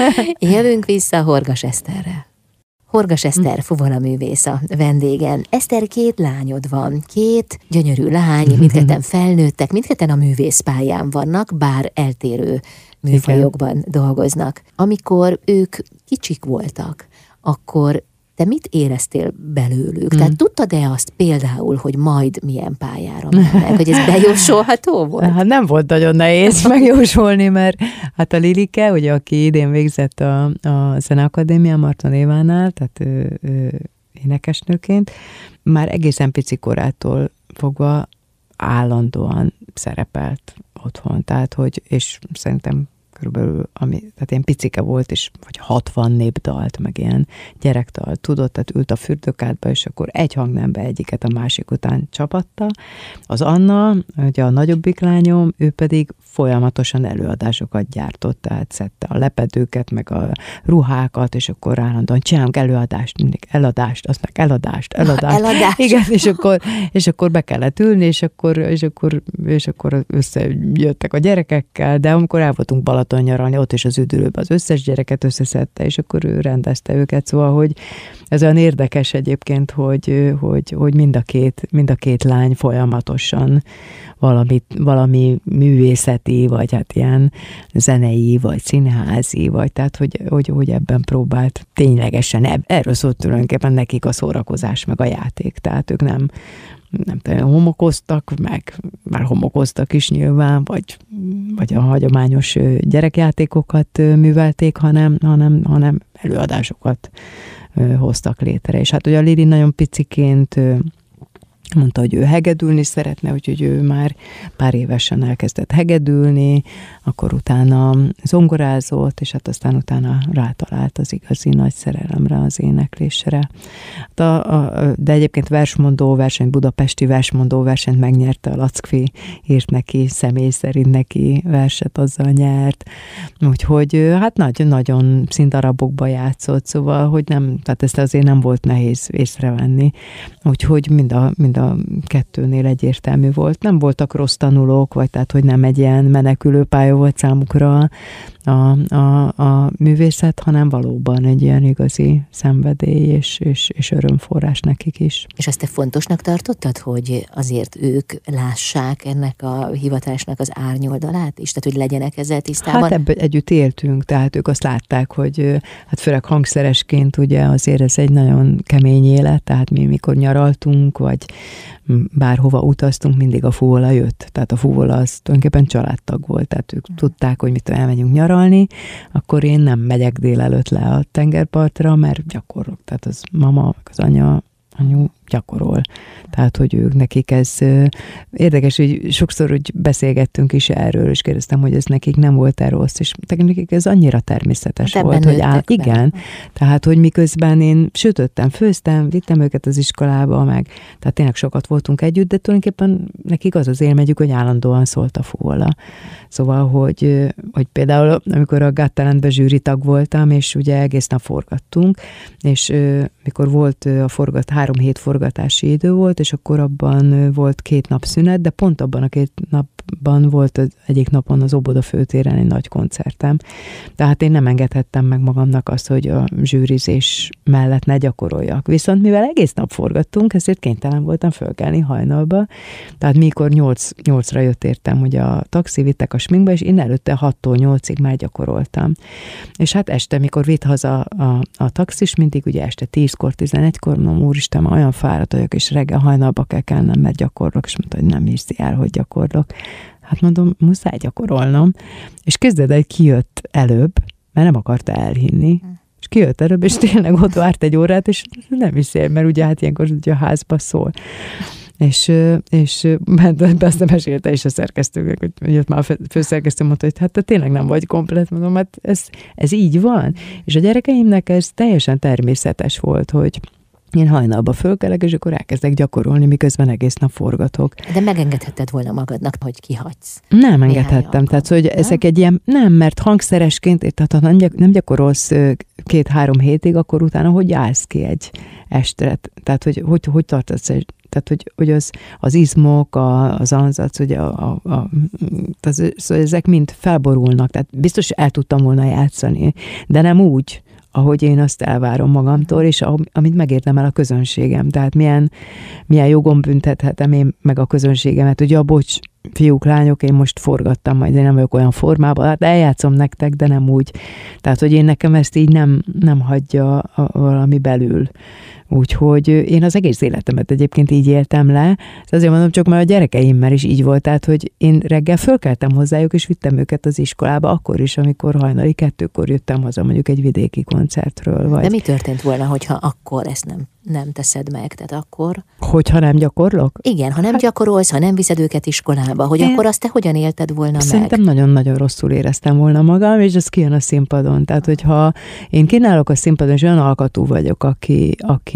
Jövünk vissza Horgas Eszterre. Horgas Eszter, fuvolaművész a vendégen. Eszter, két lányod van, két gyönyörű lány, mindketten felnőttek, mindketten a művészpályán vannak, bár eltérő műfajokban igen. dolgoznak. Amikor ők kicsik voltak, akkor te mit éreztél belőlük? Mm. Tehát tudtad-e azt például, hogy majd milyen pályára mennek? Hogy ez bejósolható volt? Hát nem volt nagyon nehéz megjósolni, mert hát a Lilike, ugye, aki idén végzett a, a Zeneakadémia Marton Évánál, tehát ő, ő, énekesnőként, már egészen pici korától fogva állandóan szerepelt otthon. Tehát, hogy, és szerintem körülbelül, ami, tehát ilyen picike volt, és vagy hatvan népdalt, meg ilyen gyerekdalt tudott, tehát ült a fürdőkádba, és akkor egy hangnembe egyiket a másik után csapatta. Az Anna, ugye a nagyobbik lányom, ő pedig folyamatosan előadásokat gyártott, tehát szedte a lepedőket, meg a ruhákat, és akkor állandóan csinálunk előadást, mindig eladást, azt meg eladást, eladást. Eladás. Igen, és akkor, és akkor be kellett ülni, és akkor, és akkor, és akkor összejöttek a gyerekekkel, de amikor el voltunk Balaton nyaralni, ott is az üdülőben az összes gyereket összeszedte, és akkor ő rendezte őket, szóval, hogy ez olyan érdekes egyébként, hogy, hogy, hogy mind a két, mind a két lány folyamatosan valami, valami művészeti, vagy hát ilyen zenei, vagy színházi, vagy tehát, hogy, hogy, hogy ebben próbált ténylegesen, erről szólt tulajdonképpen nekik a szórakozás, meg a játék, tehát ők nem nem tudom, homokoztak, meg már homokoztak is nyilván, vagy, vagy a hagyományos gyerekjátékokat művelték, hanem, hanem, hanem előadásokat hoztak létre. És hát ugye a Lili nagyon piciként mondta, hogy ő hegedülni szeretne, úgyhogy ő már pár évesen elkezdett hegedülni, akkor utána zongorázott, és hát aztán utána rátalált az igazi nagy szerelemre, az éneklésre. De, a, de egyébként versmondó verseny, budapesti versmondó versenyt megnyerte a Lackfi, írt neki, személy szerint neki verset, azzal nyert. Úgyhogy hát nagyon-nagyon színdarabokba játszott, szóval, hogy nem, tehát ezt azért nem volt nehéz észrevenni. Úgyhogy mind a, mind a kettőnél egyértelmű volt. Nem voltak rossz tanulók, vagy tehát, hogy nem egy ilyen menekülőpálya volt számukra a, a, a művészet, hanem valóban egy ilyen igazi szenvedély és, és, és örömforrás nekik is. És azt te fontosnak tartottad, hogy azért ők lássák ennek a hivatásnak az árnyoldalát is? Tehát, hogy legyenek ezzel tisztában? Hát ebből együtt éltünk, tehát ők azt látták, hogy hát főleg hangszeresként ugye azért ez egy nagyon kemény élet, tehát mi mikor nyaraltunk, vagy bárhova utaztunk, mindig a fuvola jött. Tehát a fuvola az tulajdonképpen családtag volt, tehát ők tudták, hogy mit elmegyünk nyaralni, akkor én nem megyek délelőtt le a tengerpartra, mert gyakorlok. Tehát az mama, az anya, anyu gyakorol. Tehát, hogy ők nekik ez érdekes, hogy sokszor hogy beszélgettünk is erről, és kérdeztem, hogy ez nekik nem volt-e rossz, és nekik ez annyira természetes hát volt, hogy áll, igen. Tehát, hogy miközben én sütöttem, főztem, vittem őket az iskolába, meg, tehát tényleg sokat voltunk együtt, de tulajdonképpen nekik az az élmegyük, hogy állandóan szólt a fuvola. Szóval, hogy, hogy például, amikor a Got Talentben zsűritag voltam, és ugye egész nap forgattunk, és mikor volt a forgat, három hét forgatási idő volt, és akkor abban volt két nap szünet, de pont abban a két napban volt az egyik napon az Óboda főtéren egy nagy koncertem. Tehát én nem engedhettem meg magamnak azt, hogy a zsűrizés mellett ne gyakoroljak. Viszont mivel egész nap forgattunk, ezért kénytelen voltam fölkelni hajnalba. Tehát mikor nyolc, nyolcra jött értem, hogy a taxi vittek a sminkbe, és én előtte hattól nyolcig már gyakoroltam. És hát este, mikor vitt haza a, a taxis, mindig ugye este tízkor, tizenegykor, mondom, úristen, olyan fáradt vagyok, és reggel hajnalba kell kelnem, mert gyakorlok, és mondta, hogy nem hiszi el, hogy gyakorlok. Hát mondom, muszáj gyakorolnom. És kezded el, kijött előbb, mert nem akarta elhinni, és kijött előbb, és tényleg ott várt egy órát, és nem hiszi el, mert ugye hát ilyenkor ugye a házba szól. És, és ezt nem mesélte is a szerkesztőnek, hogy jött már a főszerkesztő, mondta, hogy hát te tényleg nem vagy komplet, mondom, hát ez, ez így van. És a gyerekeimnek ez teljesen természetes volt, hogy én hajnalba fölkelek, és akkor elkezdek gyakorolni, miközben egész nap forgatok. De megengedhetted volna magadnak, hogy kihagysz? Nem engedhettem. Tehát, hogy nem? Ezek egy ilyen, nem, mert hangszeresként, tehát ha nem, gyak, nem gyakorolsz két-három hétig, akkor utána hogy állsz ki egy estre? Tehát, hogy hogy, hogy tartasz egy, tehát, hogy, hogy az, az izmok, a, az anzac, hogy a, a, a, az, szóval ezek mind felborulnak. Tehát biztos el tudtam volna játszani, de nem úgy, ahogy én azt elvárom magamtól, és amit megérdemel a közönségem. Tehát milyen, milyen jogon büntethetem én meg a közönségemet, hogy ja, bocs, fiúk, lányok, én most forgattam, majd én nem vagyok olyan formában, hát eljátszom nektek, de nem úgy. Tehát, hogy én nekem ezt így nem, nem hagyja a, valami belül. Úgyhogy én az egész életemet egyébként így éltem le. Azért mondom, csak már a gyerekeimmel is így volt, tehát, hogy én reggel fölkeltem hozzájuk, és vittem őket az iskolába, akkor is, amikor hajnali kettőkor jöttem haza mondjuk egy vidéki koncertről. Vagy... De mi történt volna, hogyha akkor ezt nem, nem teszed meg? Tehát akkor... Hogyha nem gyakorlok? Igen, ha nem hát... gyakorolsz, ha nem viszed őket iskolába, hogy én... akkor azt te hogyan élted volna meg? Szerintem nagyon-nagyon rosszul éreztem volna magam, és ez kijön a színpadon. Tehát, hogyha én kínálok a színpadon, és olyan alkatú vagyok, aki, aki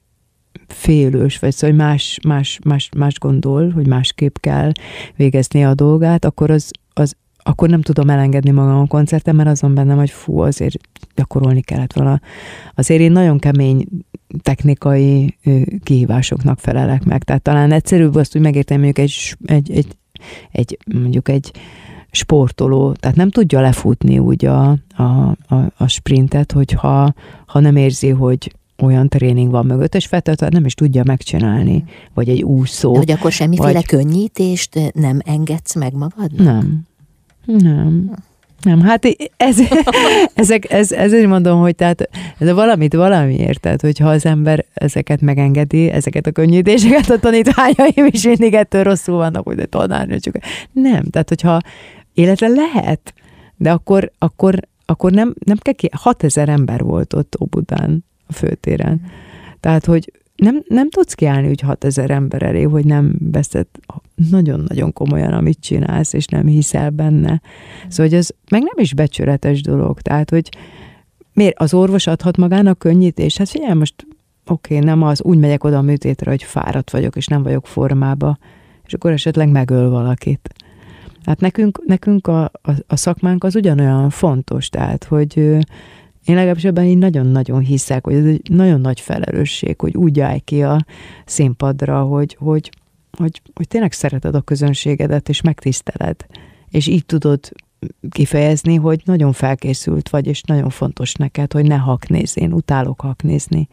félős, vagy szóval más, más, más, más gondol, hogy másképp kell végezni a dolgát, akkor, az, az, akkor nem tudom elengedni magam a koncerten, mert azon bennem, hogy fú, azért gyakorolni kellett volna. Azért én nagyon kemény technikai kihívásoknak felelek meg. Tehát talán egyszerűbb azt úgy megérteni, mondjuk egy, egy, egy, egy, mondjuk egy sportoló, tehát nem tudja lefutni úgy a, a, a, a sprintet, hogyha ha nem érzi, hogy olyan tréning van mögött, és feltétlenül nem is tudja megcsinálni, vagy egy úszó. De hogy akkor semmiféle vagy... könnyítést nem engedsz meg magadnak? Nem. Nem. Nem, hát ez, ezek, ez, ezért mondom, hogy tehát ez valamit valamiért, tehát hogyha az ember ezeket megengedi, ezeket a könnyítéseket, a tanítványaim is mindig ettől rosszul vannak, hogy de tanárnő csak. Nem, tehát hogyha életre lehet, de akkor, akkor, akkor nem, nem kell ki, hatezer ember volt ott Óbudán a főtéren. Tehát, hogy nem, nem tudsz kiállni úgy hatezer ember elé, hogy nem veszed nagyon-nagyon komolyan, amit csinálsz, és nem hiszel benne. Szóval, hogy ez meg nem is becsületes dolog. Tehát, hogy miért az orvos adhat magának könnyítést? Hát figyelj, most oké, okay, nem az, úgy megyek oda a műtétre, hogy fáradt vagyok, és nem vagyok formába, és akkor esetleg megöl valakit. Hát nekünk, nekünk a, a, a szakmánk az ugyanolyan fontos, tehát, hogy én legalábbis ebben így nagyon-nagyon hiszek, hogy ez egy nagyon nagy felelősség, hogy úgy állj ki a színpadra, hogy, hogy, hogy, hogy tényleg szereted a közönségedet, és megtiszteled. És így tudod kifejezni, hogy nagyon felkészült vagy, és nagyon fontos neked, hogy ne haknézz. Én utálok haknézni.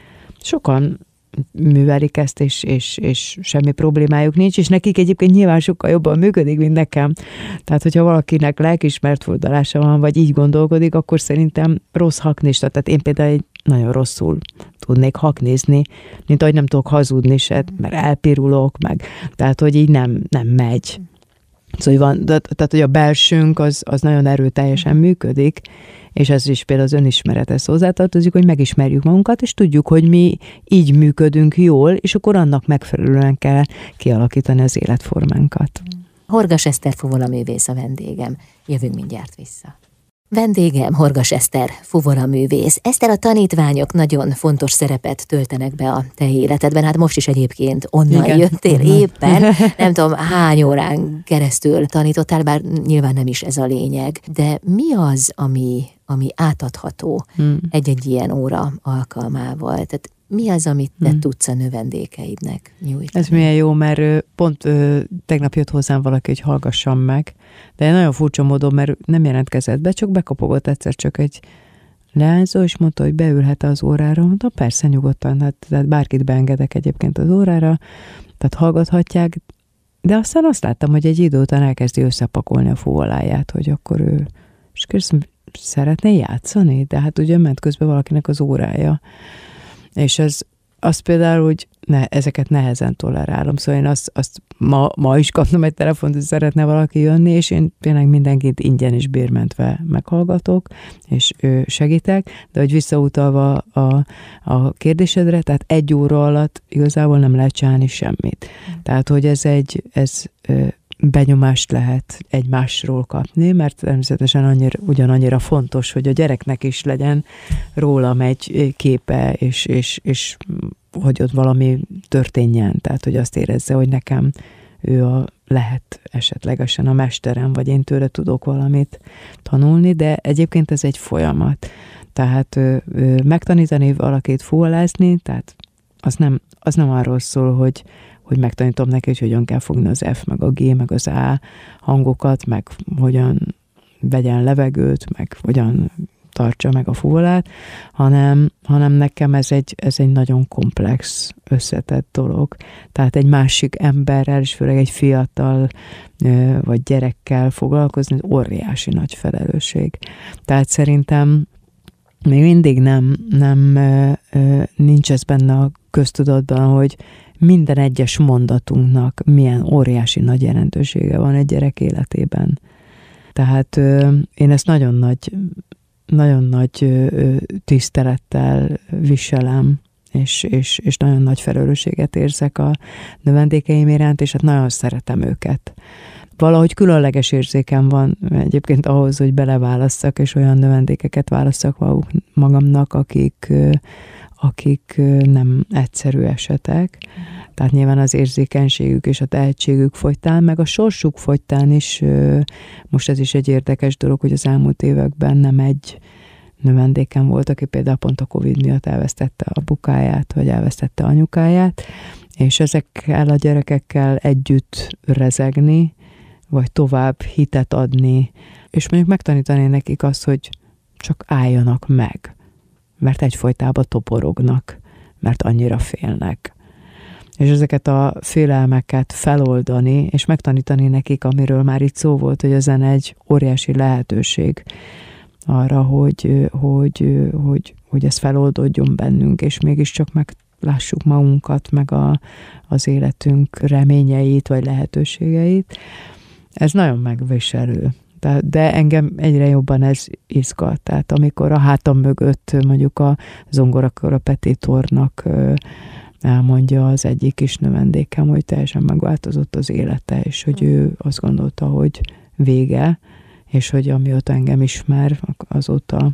Sokan művelik ezt, és, és, és semmi problémájuk nincs, és nekik egyébként nyilván sokkal jobban működik, mint nekem. Tehát, hogyha valakinek lelkiismert fordulása van, vagy így gondolkodik, akkor szerintem rossz haknista. Tehát én például egy nagyon rosszul tudnék haknézni, mint ahogy nem tudok hazudni se, mert elpirulok, meg. Tehát, hogy így nem, nem megy. Szóval van, tehát, hogy a belsőnk az, az nagyon erőteljesen működik, és ez is például az önismerethez hozzátartozik, hogy megismerjük magunkat, és tudjuk, hogy mi így működünk jól, és akkor annak megfelelően kell kialakítani az életformánkat. Horgas Eszter fuvolaművész a vendégem. Jövünk mindjárt vissza. Vendégem Horgas Eszter, fuvolaművész. Eszter, a tanítványok nagyon fontos szerepet töltenek be a te életedben. Hát most is egyébként onnan Igen. jöttél uh-huh. éppen. Nem tudom, hány órán keresztül tanítottál, bár nyilván nem is ez a lényeg. De mi az, ami, ami átadható hmm. egy-egy ilyen óra alkalmával? Tehát mi az, amit te hmm. tudsz a növendékeidnek nyújtani? Ez milyen jó, mert pont ö, tegnap jött hozzám valaki, hogy hallgassam meg, de nagyon furcsa módon, mert nem jelentkezett be, csak bekapogott egyszer csak egy leányzó, és mondta, hogy beülhet az órára. Mondta, persze, nyugodtan, hát, tehát bárkit beengedek egyébként az órára, tehát hallgathatják, de aztán azt láttam, hogy egy idő után elkezdi összepakolni a fuvoláját, hogy akkor ő, és kérdezem, szeretné játszani? De hát ugye ment közben valakinek az órája. És ez azt például, hogy ne, ezeket nehezen tolerálom. Szóval én azt, azt ma, ma is kaptam egy telefont, hogy szeretne valaki jönni, és én tényleg mindenkit ingyen és bérmentve meghallgatok, és segítek, de hogy visszautalva a, a kérdésedre, tehát egy óra alatt igazából nem lehet csinálni semmit. Mm. Tehát, hogy ez egy, ez benyomást lehet egymásról kapni, mert természetesen annyira, ugyanannyira fontos, hogy a gyereknek is legyen rólam egy képe, és, és, és hogy ott valami történjen, tehát hogy azt érezze, hogy nekem ő a, lehet esetlegesen a mesterem, vagy én tőle tudok valamit tanulni, de egyébként ez egy folyamat. Tehát ö, ö, megtanítani valakit fuvolázni, tehát az nem, az nem arról szól, hogy hogy megtanítom neki, hogy hogyan kell fogni az F, meg a G, meg az A hangokat, meg hogyan vegyen levegőt, meg hogyan tartsa meg a fuvolát, hanem, hanem nekem ez egy, ez egy nagyon komplex, összetett dolog. Tehát egy másik emberrel, és főleg egy fiatal vagy gyerekkel foglalkozni, ez óriási nagy felelősség. Tehát szerintem még mindig nem, nem nincs ez benne a köztudatban, hogy minden egyes mondatunknak milyen óriási nagy jelentősége van egy gyerek életében. Tehát ö, én ezt nagyon nagy, nagyon nagy ö, tisztelettel viselem, és, és, és nagyon nagy felelősséget érzek a növendékeim iránt, és hát nagyon szeretem őket. Valahogy különleges érzékem van egyébként ahhoz, hogy beleválasszak, és olyan növendékeket válasszak magamnak, akik... Ö, akik nem egyszerű esetek. Tehát nyilván az érzékenységük és a tehetségük folytán, meg a sorsuk folytán is, most ez is egy érdekes dolog, hogy az elmúlt években nem egy növendékem volt, aki például pont a Covid miatt elvesztette a apukáját, vagy elvesztette anyukáját, és ezekkel a gyerekekkel együtt rezegni, vagy tovább hitet adni, és mondjuk megtanítani nekik azt, hogy csak álljanak meg, mert egyfolytában toporognak, mert annyira félnek. És ezeket a félelmeket feloldani, és megtanítani nekik, amiről már itt szó volt, hogy ezen egy óriási lehetőség arra, hogy, hogy, hogy, hogy ez feloldódjon bennünk, és mégiscsak meglássuk magunkat, meg a, az életünk reményeit, vagy lehetőségeit. Ez nagyon megviselő. De engem egyre jobban ez izgat. Tehát amikor a hátam mögött mondjuk a zongorakor a Petitornak elmondja az egyik kis növendékem, hogy teljesen megváltozott az élete, és hogy ő azt gondolta, hogy vége, és hogy amióta engem ismer, azóta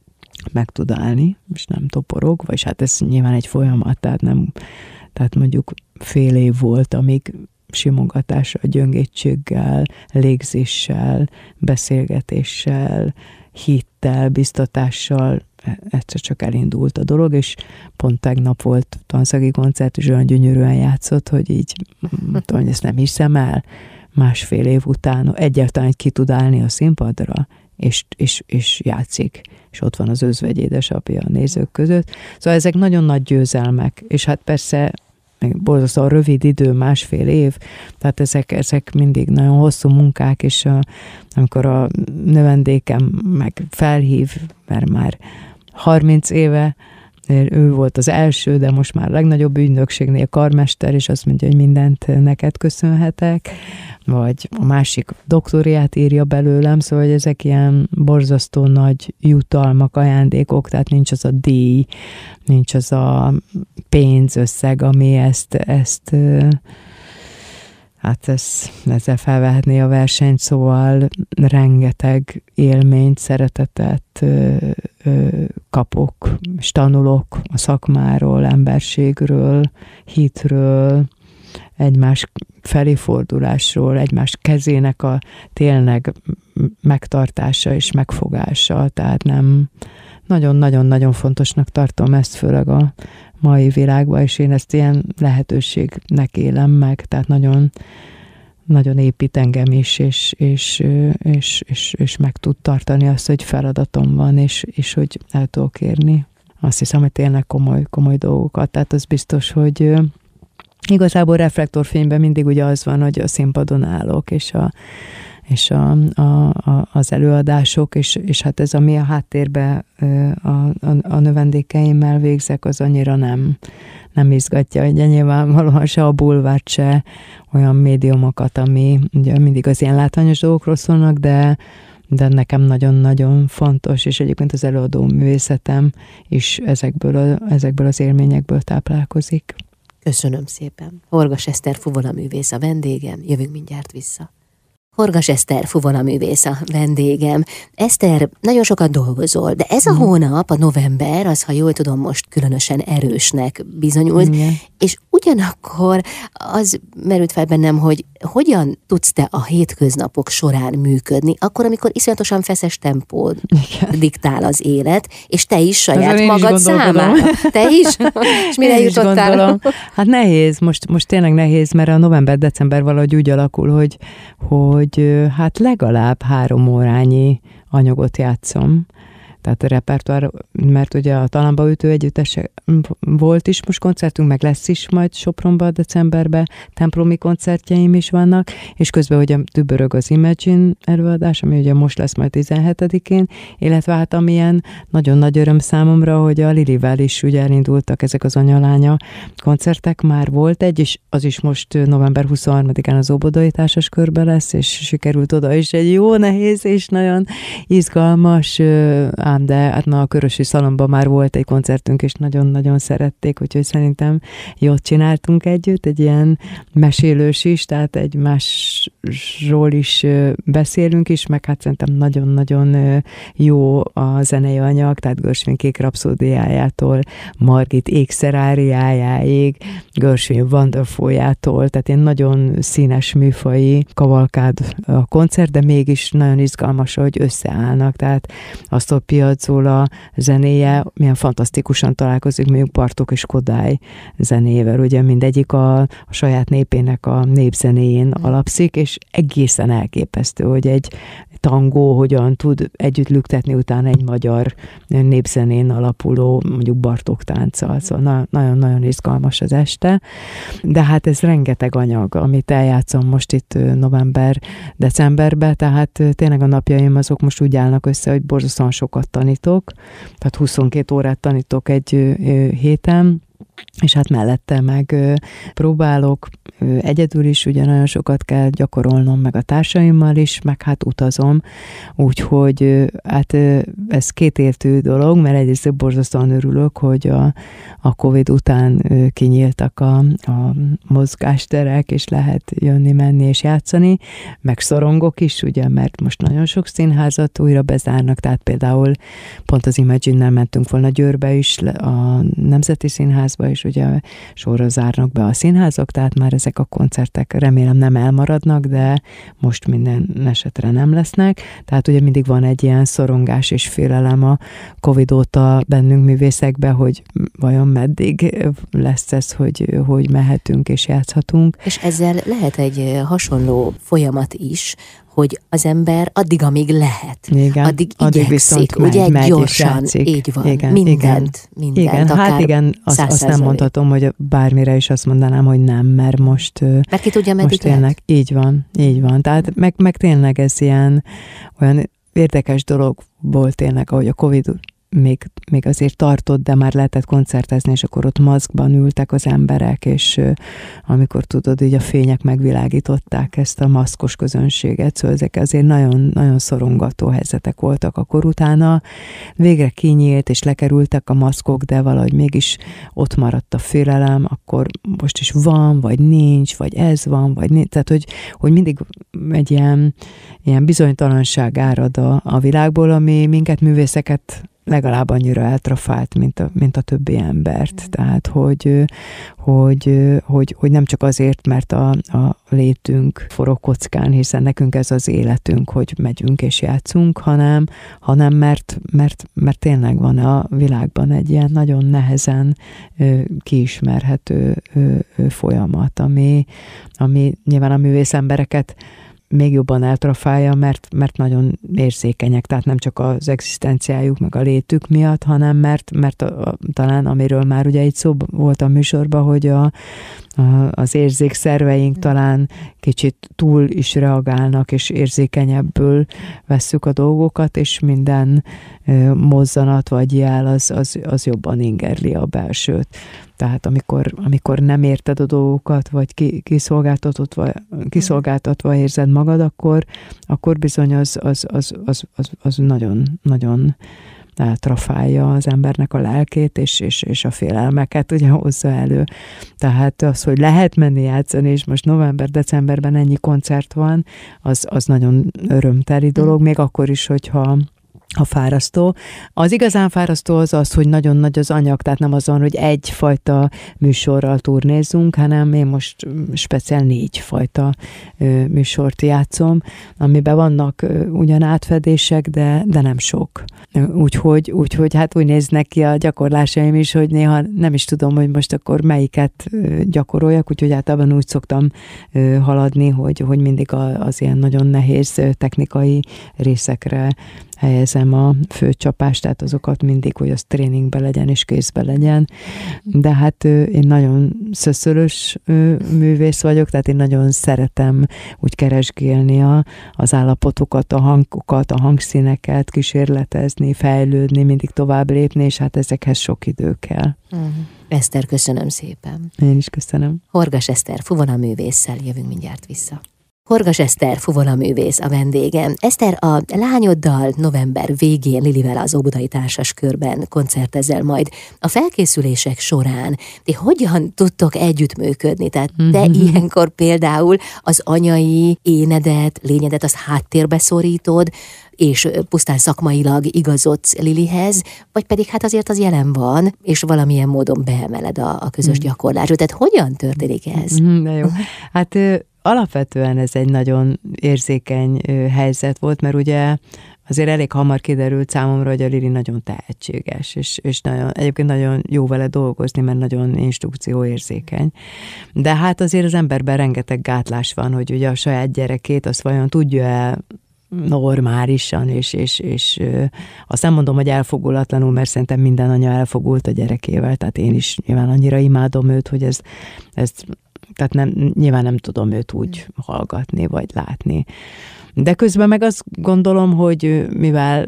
meg tud állni, és nem toporog, vagyis hát ez nyilván egy folyamat, tehát nem, tehát mondjuk fél év volt, amíg simogatással, gyöngétséggel, légzéssel, beszélgetéssel, hittel, biztatással egyszer csak elindult a dolog, és pont tegnap volt tanszaki koncert, és olyan gyönyörűen játszott, hogy így, tudom, hogy ezt nem hiszem el, másfél év után egyáltalán ki tud állni a színpadra, és, és, és játszik, és ott van az özvegy édesapja a nézők között. Szóval ezek nagyon nagy győzelmek, és hát persze meg borzasztóan rövid idő, másfél év, tehát ezek, ezek mindig nagyon hosszú munkák, és a, amikor a növendékem meg felhív, mert már harminc éve, ő volt az első, de most már a legnagyobb ügynökségnél karmester, és azt mondja, hogy mindent neked köszönhetek, vagy a másik doktoriát írja belőlem, szóval hogy ezek ilyen borzasztó nagy jutalmak, ajándékok, tehát nincs az a díj, nincs az a pénzösszeg, ami ezt, ezt hát ez, ezzel felvehetné a versenyt, szóval rengeteg élményt, szeretetet ö, ö, kapok, és tanulok a szakmáról, emberségről, hitről, egymás felé fordulásról, egymás kezének a tényleg megtartása és megfogása, tehát nem nagyon-nagyon-nagyon fontosnak tartom ezt, főleg a mai világban, és én ezt ilyen lehetőségnek élem meg, tehát nagyon, nagyon épít engem is, és, és, és, és, és meg tud tartani azt, hogy feladatom van, és, és hogy el tudok érni. Azt hiszem, hogy tényleg komoly, komoly dolgokat, tehát az biztos, hogy igazából reflektorfényben mindig ugye az van, hogy a színpadon állok, és, a, és a, a, a, az előadások, és, és hát ez, ami a háttérbe a, a, a növendékeimmel végzek, az annyira nem, nem izgatja, ugye nyilvánvalóan se a bulvárt, se olyan médiumokat, ami ugye mindig az ilyen látványos dolgokról szólnak, de de nekem nagyon-nagyon fontos, és egyébként az előadó művészetem is ezekből, a, ezekből az élményekből táplálkozik. Köszönöm szépen. Horgas Eszter fuvolaművész a vendégem, jövünk mindjárt vissza. Horgas Eszter fuvolaművész a vendégem. Eszter, nagyon sokat dolgozol, de ez a hónap, a november, az, ha jól tudom, most különösen erősnek bizonyult, igen. És ugyanakkor az merült fel bennem, hogy hogyan tudsz te a hétköznapok során működni, akkor, amikor iszonyatosan feszes tempód igen. diktál az élet, és te is saját magad számára. Te is? És mire jutottál? Hát nehéz, most, most tényleg nehéz, mert a november-december valahogy úgy alakul, hogy, hogy hát legalább három órányi anyagot játszom. Tehát a repertoár, mert ugye a Talamba Ütő együttes volt is most koncertünk, meg lesz is majd Sopronban decemberben, templomi koncertjeim is vannak, és közben ugye dübörög az Imagine előadás, ami ugye most lesz majd tizenhetedikén, illetve hát amilyen nagyon nagy öröm számomra, hogy a Lilivel is ugye elindultak ezek az anyalánya koncertek, már volt egy, és az is most november huszonharmadikán az Óbudai Társas Körbe lesz, és sikerült oda is egy jó nehéz és nagyon izgalmas ám, de hát na a Körösi Szalonban már volt egy koncertünk, és nagyon-nagyon szerették, úgyhogy szerintem jót csináltunk együtt, egy ilyen mesélős is, tehát egymásról is beszélünk is, meg hát szerintem nagyon-nagyon jó a zenei anyag, tehát Gershwin Kék rapszódiájától, Margit ékszeráriájáig, Gershwin Wonderful-jától, tehát ilyen nagyon színes műfaji kavalkád a koncert, de mégis nagyon izgalmas, hogy összeállnak, tehát azt a Piazzolla zenéje milyen fantasztikusan találkozik mondjuk Bartók és Kodály zenével, ugye mindegyik a, a saját népének a népzenéjén alapszik, és egészen elképesztő, hogy egy tangó hogyan tud együtt lüktetni utána egy magyar népzenén alapuló mondjuk Bartók tánccal, szóval nagyon-nagyon izgalmas az este, de hát ez rengeteg anyag, amit eljátszom most itt november-decemberben, tehát tényleg a napjaim azok most úgy állnak össze, hogy borzasztóan sokat tanítok, tehát huszonkét órát tanítok egy héten, és hát mellette meg próbálok, egyedül is ugye nagyon sokat kell gyakorolnom, meg a társaimmal is, meg hát utazom, úgyhogy hát ez kétértű dolog, mert egyrészt borzasztóan örülök, hogy a, a Covid után kinyíltak a, a mozgásterek, és lehet jönni, menni és játszani, meg szorongok is, ugye, mert most nagyon sok színházat újra bezárnak, tehát például pont az Imagine-nel mentünk volna Győrbe is, a Nemzeti Színházba, és ugye sorra zárnak be a színházak, tehát már ezek a koncertek remélem nem elmaradnak, de most minden esetre nem lesznek. Tehát ugye mindig van egy ilyen szorongás és félelem a Covid óta bennünk művészekben, hogy vajon meddig lesz ez, hogy, hogy mehetünk és játszhatunk. És ezzel lehet egy hasonló folyamat is, hogy az ember addig, amíg lehet, igen, addig igyekszik, megy, ugye megy gyorsan, így van, igen, mindent, igen. mindent, igen, akár hát igen, azt, azt nem mondhatom, hogy bármire is azt mondanám, hogy nem, mert most... Mert ki tudja, meddig tényleg, így van, így van, tehát meg, meg tényleg ez ilyen olyan érdekes dolog volt tényleg, ahogy a Covid Még, még azért tartott, de már lehetett koncertezni, és akkor ott maszkban ültek az emberek, és amikor tudod, így a fények megvilágították ezt a maszkos közönséget, szóval ezek azért nagyon, nagyon szorongató helyzetek voltak. Akkor utána végre kinyílt, és lekerültek a maszkok, de valahogy mégis ott maradt a félelem, akkor most is van, vagy nincs, vagy ez van, vagy nincs. Tehát, hogy, hogy mindig egy ilyen, ilyen bizonytalanság árad a, a világból, ami minket művészeket legalább annyira eltrafált, mint a, mint a többi embert. Mm. Tehát, hogy, hogy, hogy, hogy nem csak azért, mert a, a létünk forog kockán, hiszen nekünk ez az életünk, hogy megyünk és játszunk, hanem, hanem mert, mert, mert tényleg van a világban egy ilyen nagyon nehezen kiismerhető folyamat, ami, ami nyilván a művész embereket még jobban eltrafálja, mert, mert nagyon érzékenyek, tehát nem csak az egzisztenciájuk, meg a létük miatt, hanem mert, mert a, a, talán amiről már ugye itt szó volt a műsorban, hogy a, az érzékszerveink talán kicsit túl is reagálnak, és érzékenyebből vesszük a dolgokat, és minden mozzanat vagy jel az, az, az jobban ingerli a belsőt. Tehát amikor, amikor nem érted a dolgokat, vagy kiszolgáltatva, kiszolgáltatva érzed magad, akkor, akkor bizony az, az, az, az, az, az nagyon, nagyon eltrafálja az embernek a lelkét, és, és, és a félelmeket ugye hozza elő. Tehát az, hogy lehet menni játszani, és most november-decemberben ennyi koncert van, az, az nagyon örömteli dolog, még akkor is, hogyha a fárasztó. Az igazán fárasztó az az, hogy nagyon nagy az anyag, tehát nem azon, hogy egyfajta műsorral turnézzunk, hanem én most speciál négyfajta műsort játszom, amiben vannak ugyan átfedések, de, de nem sok. Úgyhogy, úgyhogy hát úgy néznek ki a gyakorlásaim is, hogy néha nem is tudom, hogy most akkor melyiket gyakoroljak, úgyhogy általában úgy szoktam haladni, hogy, hogy mindig az ilyen nagyon nehéz technikai részekre helyezem a főcsapást, tehát azokat mindig, hogy az tréningbe legyen és kézbe legyen. De hát én nagyon szöszölös művész vagyok, tehát én nagyon szeretem úgy keresgélni a, az állapotokat, a hangokat, a hangszíneket, kísérletezni, fejlődni, mindig tovább lépni, és hát ezekhez sok idő kell. Uh-huh. Eszter, köszönöm szépen. Én is köszönöm. Horgas Eszter fuvolaművésszel jövünk mindjárt vissza. Horgas Eszter fuvolaművész a vendégem. Eszter, a lányoddal november végén Lilivel az Óbudai Társas Körben koncertezel majd. A felkészülések során ti hogyan tudtok együttműködni? Tehát te mm-hmm. ilyenkor például az anyai énedet, lényedet, azt háttérbe szorítod, és pusztán szakmailag igazodsz Lilihez, vagy pedig hát azért az jelen van, és valamilyen módon beemeled a, a közös gyakorlásba. Tehát hogyan történik ez? Na jó, hát alapvetően ez egy nagyon érzékeny helyzet volt, mert ugye azért elég hamar kiderült számomra, hogy a Lili nagyon tehetséges, és, és nagyon, egyébként nagyon jó vele dolgozni, mert nagyon instrukcióérzékeny. De hát azért az emberben rengeteg gátlás van, hogy ugye a saját gyerekét azt vajon tudja-e normálisan, és, és, és azt nem mondom, hogy elfogulatlanul, mert szerintem minden anya elfogult a gyerekével, tehát én is nyilván annyira imádom őt, hogy ez, ez tehát nem, nyilván nem tudom őt úgy hallgatni, vagy látni. De közben meg azt gondolom, hogy mivel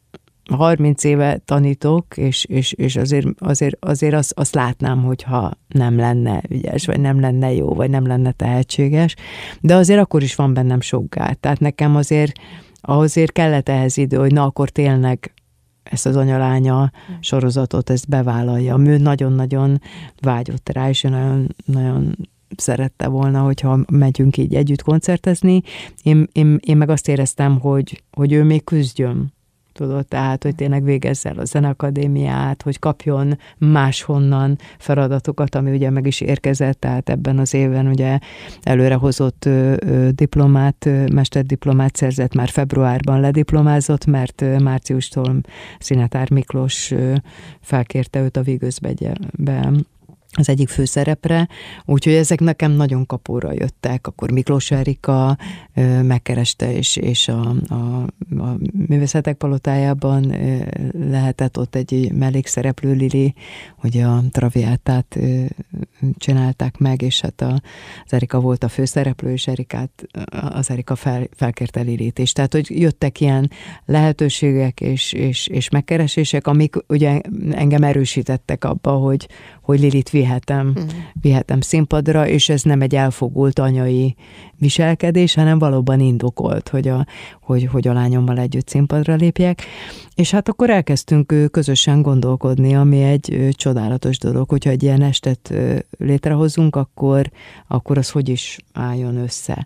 harminc éve tanítok, és, és, és azért, azért, azért azt, azt látnám, hogyha nem lenne ügyes, vagy nem lenne jó, vagy nem lenne tehetséges, de azért akkor is van bennem sok gát. Tehát nekem azért, azért kellett ehhez idő, hogy na akkor tényleg ezt az anyalánya sorozatot, ezt bevállalja. Ő nagyon-nagyon vágyott rá, és nagyon, nagyon szerette volna, hogyha megyünk így együtt koncertezni. Én, én, én meg azt éreztem, hogy, hogy ő még küzdjön. Tudod, tehát, hogy tényleg végezze el a zeneakadémiát, hogy kapjon máshonnan feladatokat, ami ugye meg is érkezett, tehát ebben az évben ugye előrehozott ö, ö, diplomát, ö, mesterdiplomát szerzett, már februárban lediplomázott, mert ö, márciustól Szinetár Miklós ö, felkérte őt a Vigözbe be az egyik főszerepre, úgyhogy ezek nekem nagyon kapóra jöttek. Akkor Miklós Erika ö, megkereste, és, és a, a, a Művészetek Palotájában ö, lehetett ott egy mellékszereplő Lili, hogy a Traviátát ö, csinálták meg, és hát a, az Erika volt a főszereplő, és Erikát, az Erika fel, felkérte Lilit is. Tehát, hogy jöttek ilyen lehetőségek és, és, és megkeresések, amik ugye engem erősítettek abba, hogy, hogy Lilit vihetem, hmm. vihetem színpadra, és ez nem egy elfogult anyai viselkedés, hanem valóban indokolt, hogy a, hogy, hogy a lányommal együtt színpadra lépjek. És hát akkor elkezdtünk közösen gondolkodni, ami egy csodálatos dolog, hogyha egy ilyen estet létrehozunk, akkor, akkor az hogy is álljon össze.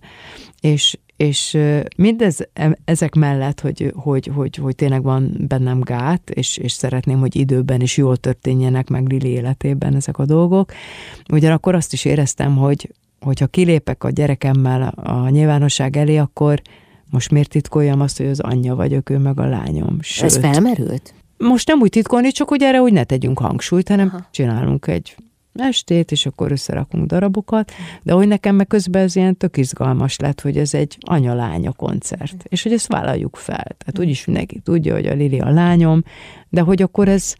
És És mindez ezek mellett, hogy, hogy, hogy, hogy tényleg van bennem gát, és, és szeretném, hogy időben is jól történjenek meg Lili életében ezek a dolgok. Ugyanakkor azt is éreztem, hogy hogyha kilépek a gyerekemmel a nyilvánosság elé, akkor most miért titkoljam azt, hogy az anyja vagyok, ő meg a lányom. Sőt, ez felmerült? Most nem úgy titkolni, csak hogy erre úgy ne tegyünk hangsúlyt, hanem Aha. csinálunk egy estét, és akkor összerakunk darabokat, de hogy nekem meg közben ez ilyen tök izgalmas lett, hogy ez egy anya-lánya koncert, és hogy ezt vállaljuk fel. Tehát úgyis mindenki tudja, hogy a Lili a lányom, de hogy akkor ez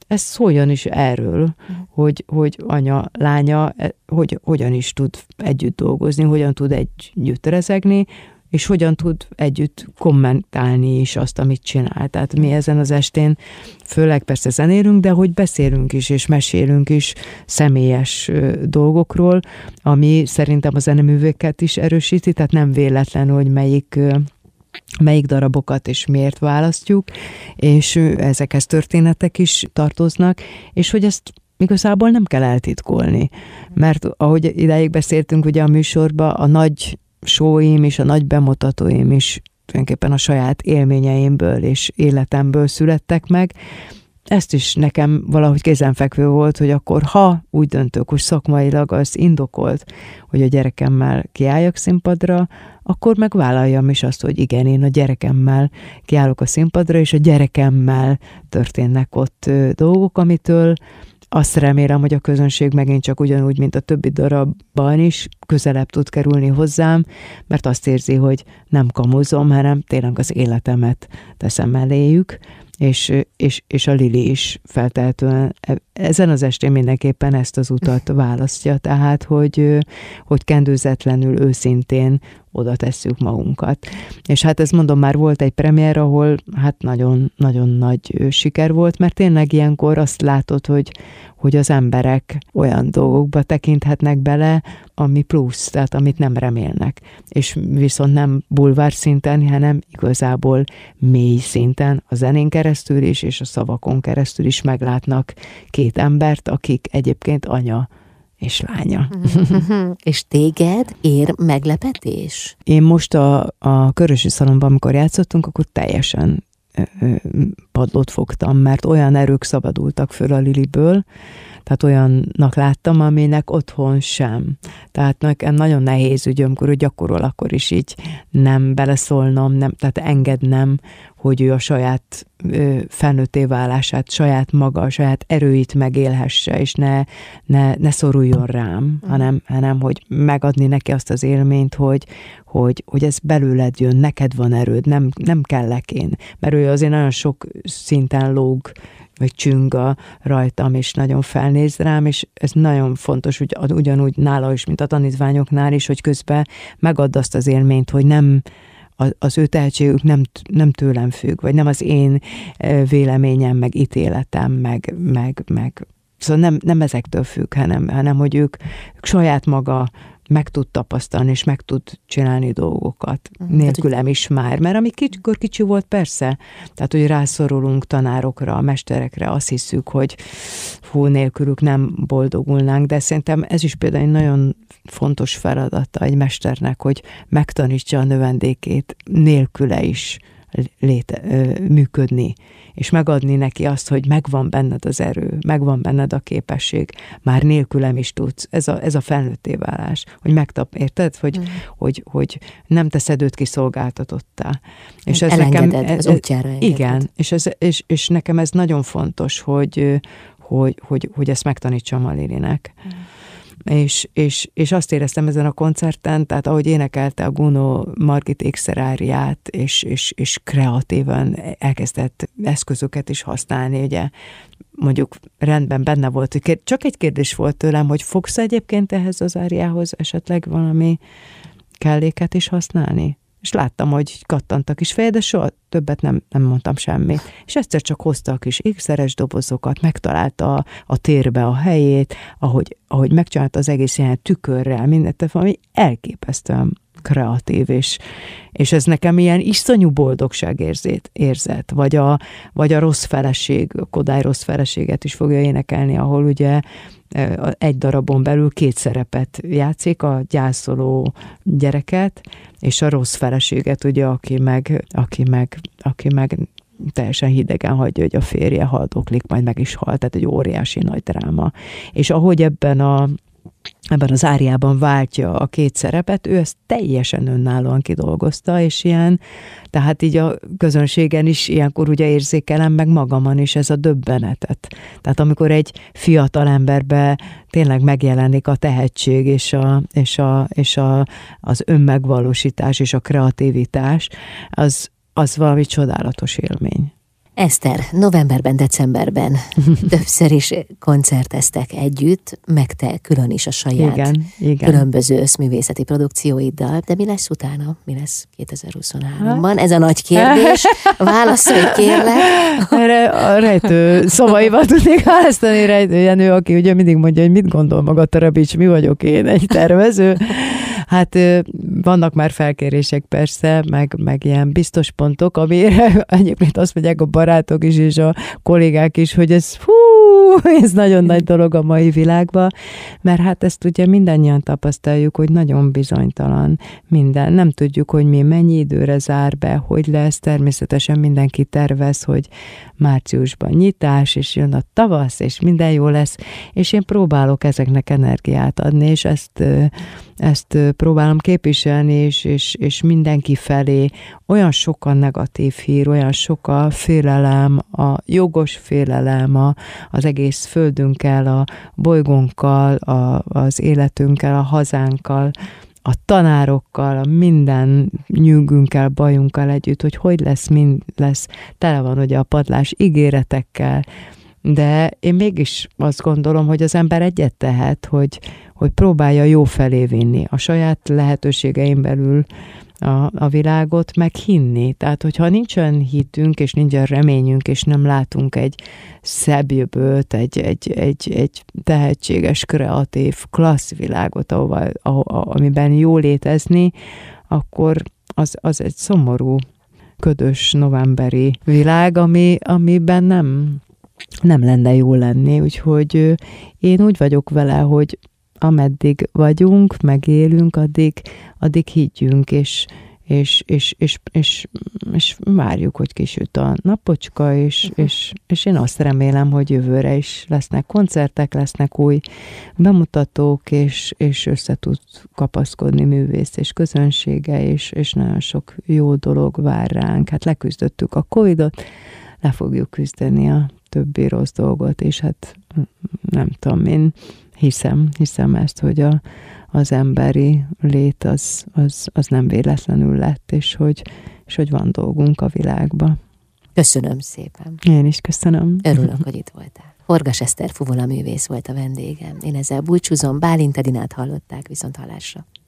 ez szóljon is erről, uh-huh. hogy, hogy anya, lánya, hogy, hogyan is tud együtt dolgozni, hogyan tud együtt rezegni, és hogyan tud együtt kommentálni is azt, amit csinál. Tehát mi ezen az estén főleg persze zenélünk, de hogy beszélünk is, és mesélünk is személyes dolgokról, ami szerintem a zeneművéket is erősíti, tehát nem véletlen, hogy melyik melyik darabokat és miért választjuk, és ezekhez történetek is tartoznak, és hogy ezt igazából nem kell eltitkolni. Mert ahogy idáig beszéltünk ugye a műsorban, a nagy show-im és a nagy bemutatóim is tulajdonképpen a saját élményeimből és életemből születtek meg. Ezt is nekem valahogy kézenfekvő volt, hogy akkor ha úgy döntök, hogy szakmailag az indokolt, hogy a gyerekemmel kiálljak színpadra, akkor megvállaljam is azt, hogy igen, én a gyerekemmel kiállok a színpadra, és a gyerekemmel történnek ott dolgok, amitől azt remélem, hogy a közönség megint csak ugyanúgy, mint a többi darabban is közelebb tud kerülni hozzám, mert azt érzi, hogy nem kamuzom, hanem tényleg az életemet teszem eléjük, és, és, és a Lili is feltehetően ezen az estén mindenképpen ezt az utat választja, tehát, hogy, hogy kendőzetlenül, őszintén oda tesszük magunkat. És hát ezt mondom, már volt egy premier, ahol hát nagyon, nagyon nagy siker volt, mert tényleg ilyenkor azt látod, hogy, hogy az emberek olyan dolgokba tekinthetnek bele, ami plusz, tehát amit nem remélnek. És viszont nem bulvár szinten, hanem igazából mély szinten, a zenén keresztül is, és a szavakon keresztül is meglátnak két embert, akik egyébként anya és lánya. És téged ér meglepetés? Én most a, a Körösi Szalonban, amikor játszottunk, akkor teljesen ö, ö, padlót fogtam, mert olyan erők szabadultak föl a Liliből, tehát olyannak láttam, aminek otthon sem. Tehát nekem nagyon nehéz ügy, amikor ő gyakorol, akkor is így nem beleszólnom, nem, tehát engednem, hogy ő a saját ö, felnőtté válását, saját maga, a saját erőit megélhesse, és ne, ne, ne szoruljon rám, mm. hanem, hanem hogy megadni neki azt az élményt, hogy, hogy, hogy ez belőled jön, neked van erőd, nem, nem kellek én. Mert ő azért nagyon sok szinten lóg, vagy csünga rajtam, és nagyon felnéz rám, és ez nagyon fontos, hogy ugyanúgy nála is, mint a tanítványoknál is, hogy közben megadd azt az élményt, hogy nem az ő tehetségük nem, nem tőlem függ, vagy nem az én véleményem, meg ítéletem, meg, meg, meg szóval nem, nem ezektől függ, hanem, hanem hogy ők, ők saját maga meg tud tapasztalni, és meg tud csinálni dolgokat. Uh-huh. Nélkülem is már. Mert ami kicsikor kicsi volt, persze. Tehát, hogy rászorulunk tanárokra, mesterekre, azt hiszük, hogy hú, nélkülük nem boldogulnánk, de szerintem ez is például egy nagyon fontos feladata egy mesternek, hogy megtanítsa a növendékét nélküle is léte, működni, és megadni neki azt, hogy megvan benned az erő, megvan benned a képesség, már nélkülem is tudsz. Ez a, ez a felnőtté válás, hogy megtap, érted? Hogy, mm. hogy, hogy nem teszed őt kiszolgáltatottá. És ez nekem, az útjára engeded. Igen, és, ez, és, és nekem ez nagyon fontos, hogy, hogy, hogy, hogy ezt megtanítsam a Lilinek. Mm. És, és, és azt éreztem ezen a koncerten, tehát ahogy énekelte a Gounod Margit ékszeráriát, és, és, és kreatívan elkezdett eszközöket is használni, ugye mondjuk rendben benne volt, hogy csak egy kérdés volt tőlem, hogy fogsz egyébként ehhez az áriához esetleg valami kelléket is használni? És láttam, hogy kattantak is feje, de soha többet nem, nem mondtam semmit. És egyszer csak hozta a kis ékszeres dobozokat, megtalálta a, a térbe a helyét, ahogy, ahogy megcsinálta az egész ilyen tükörrel, mindent, valami elképesztően kreatív, és, és ez nekem ilyen iszonyú boldogság érzét, érzet. Vagy a, vagy a rossz feleség, a Kodály rossz feleséget is fogja énekelni, ahol ugye egy darabon belül két szerepet játszik, a gyászoló gyereket, és a rossz feleséget, ugye, aki meg, aki meg, aki meg teljesen hidegen hagyja, hogy a férje haldoklik, majd meg is hal, tehát egy óriási nagy dráma. És ahogy ebben a ebben az áriában váltja a két szerepet, ő ezt teljesen önállóan kidolgozta, és ilyen, tehát így a közönségen is ilyenkor ugye érzékelem meg magamon is ez a döbbenetet. Tehát amikor egy fiatal emberbe tényleg megjelenik a tehetség, és, a, és, a, és a, az önmegvalósítás, és a kreativitás, az, az valami csodálatos élmény. Eszter, novemberben, decemberben többször is koncerteztek együtt, meg te külön is a saját igen, igen. különböző összművészeti produkcióiddal, de mi lesz utána? Mi lesz kétezer-huszonháromban? Ez a nagy kérdés. Válaszolj, kérlek. Erre a rejtő szavaival tudnék választani, Rejtő Jenő, aki ugye mindig mondja, hogy mit gondol maga Tarabics, mi vagyok én, egy tervező. Hát vannak már felkérések persze, meg, meg ilyen biztos pontok, amire egyébként azt mondják a barátok is, és a kollégák is, hogy ez hú, ez nagyon nagy dolog a mai világban, mert hát ezt ugye mindannyian tapasztaljuk, hogy nagyon bizonytalan minden. Nem tudjuk, hogy mi mennyi időre zár be, hogy lesz, természetesen mindenki tervez, hogy márciusban nyitás, és jön a tavasz, és minden jó lesz, és én próbálok ezeknek energiát adni, és ezt, ezt próbálom képviselni, és, és, és mindenki felé olyan sok a negatív hír, olyan sok a félelem, a jogos félelem a, az egész földünkkel, a bolygónkkal, a, az életünkkel, a hazánkkal, a tanárokkal, a minden nyűgünkkel, bajunkkal együtt, hogy hogy lesz, mind lesz, tele van ugye a padlás ígéretekkel, de én mégis azt gondolom, hogy az ember egyet tehet, hogy, hogy próbálja jó felé vinni a saját lehetőségein belül a, a világot, meg hinni. Tehát, hogyha nincsen hitünk, és nincsen reményünk, és nem látunk egy szebb jövőt, egy, egy, egy, egy tehetséges, kreatív, klassz világot, ahova, ahova, amiben jó létezni, akkor az, az egy szomorú, ködös novemberi világ, ami, amiben nem, nem lenne jó lenni. Úgyhogy én úgy vagyok vele, hogy ameddig vagyunk, megélünk, addig, addig higgyünk, és, és, és, és, és, és várjuk, hogy kisüt a napocska, és, uh-huh. és, és én azt remélem, hogy jövőre is lesznek koncertek, lesznek új bemutatók, és, és össze tud kapaszkodni művész és közönsége, és, és nagyon sok jó dolog vár ránk. Hát leküzdöttük a Covidot, le fogjuk küzdeni a többi rossz dolgot, és hát nem tudom, én hiszem, hiszem ezt, hogy a, az emberi lét az, az, az nem véletlenül lett, és hogy, és hogy van dolgunk a világban. Köszönöm szépen. Én is köszönöm. Örülök, hogy itt voltál. Horgas Eszter fuvola művész volt a vendégem. Én ezzel búcsúzom, Bálint Edinát hallották, viszont hallásra.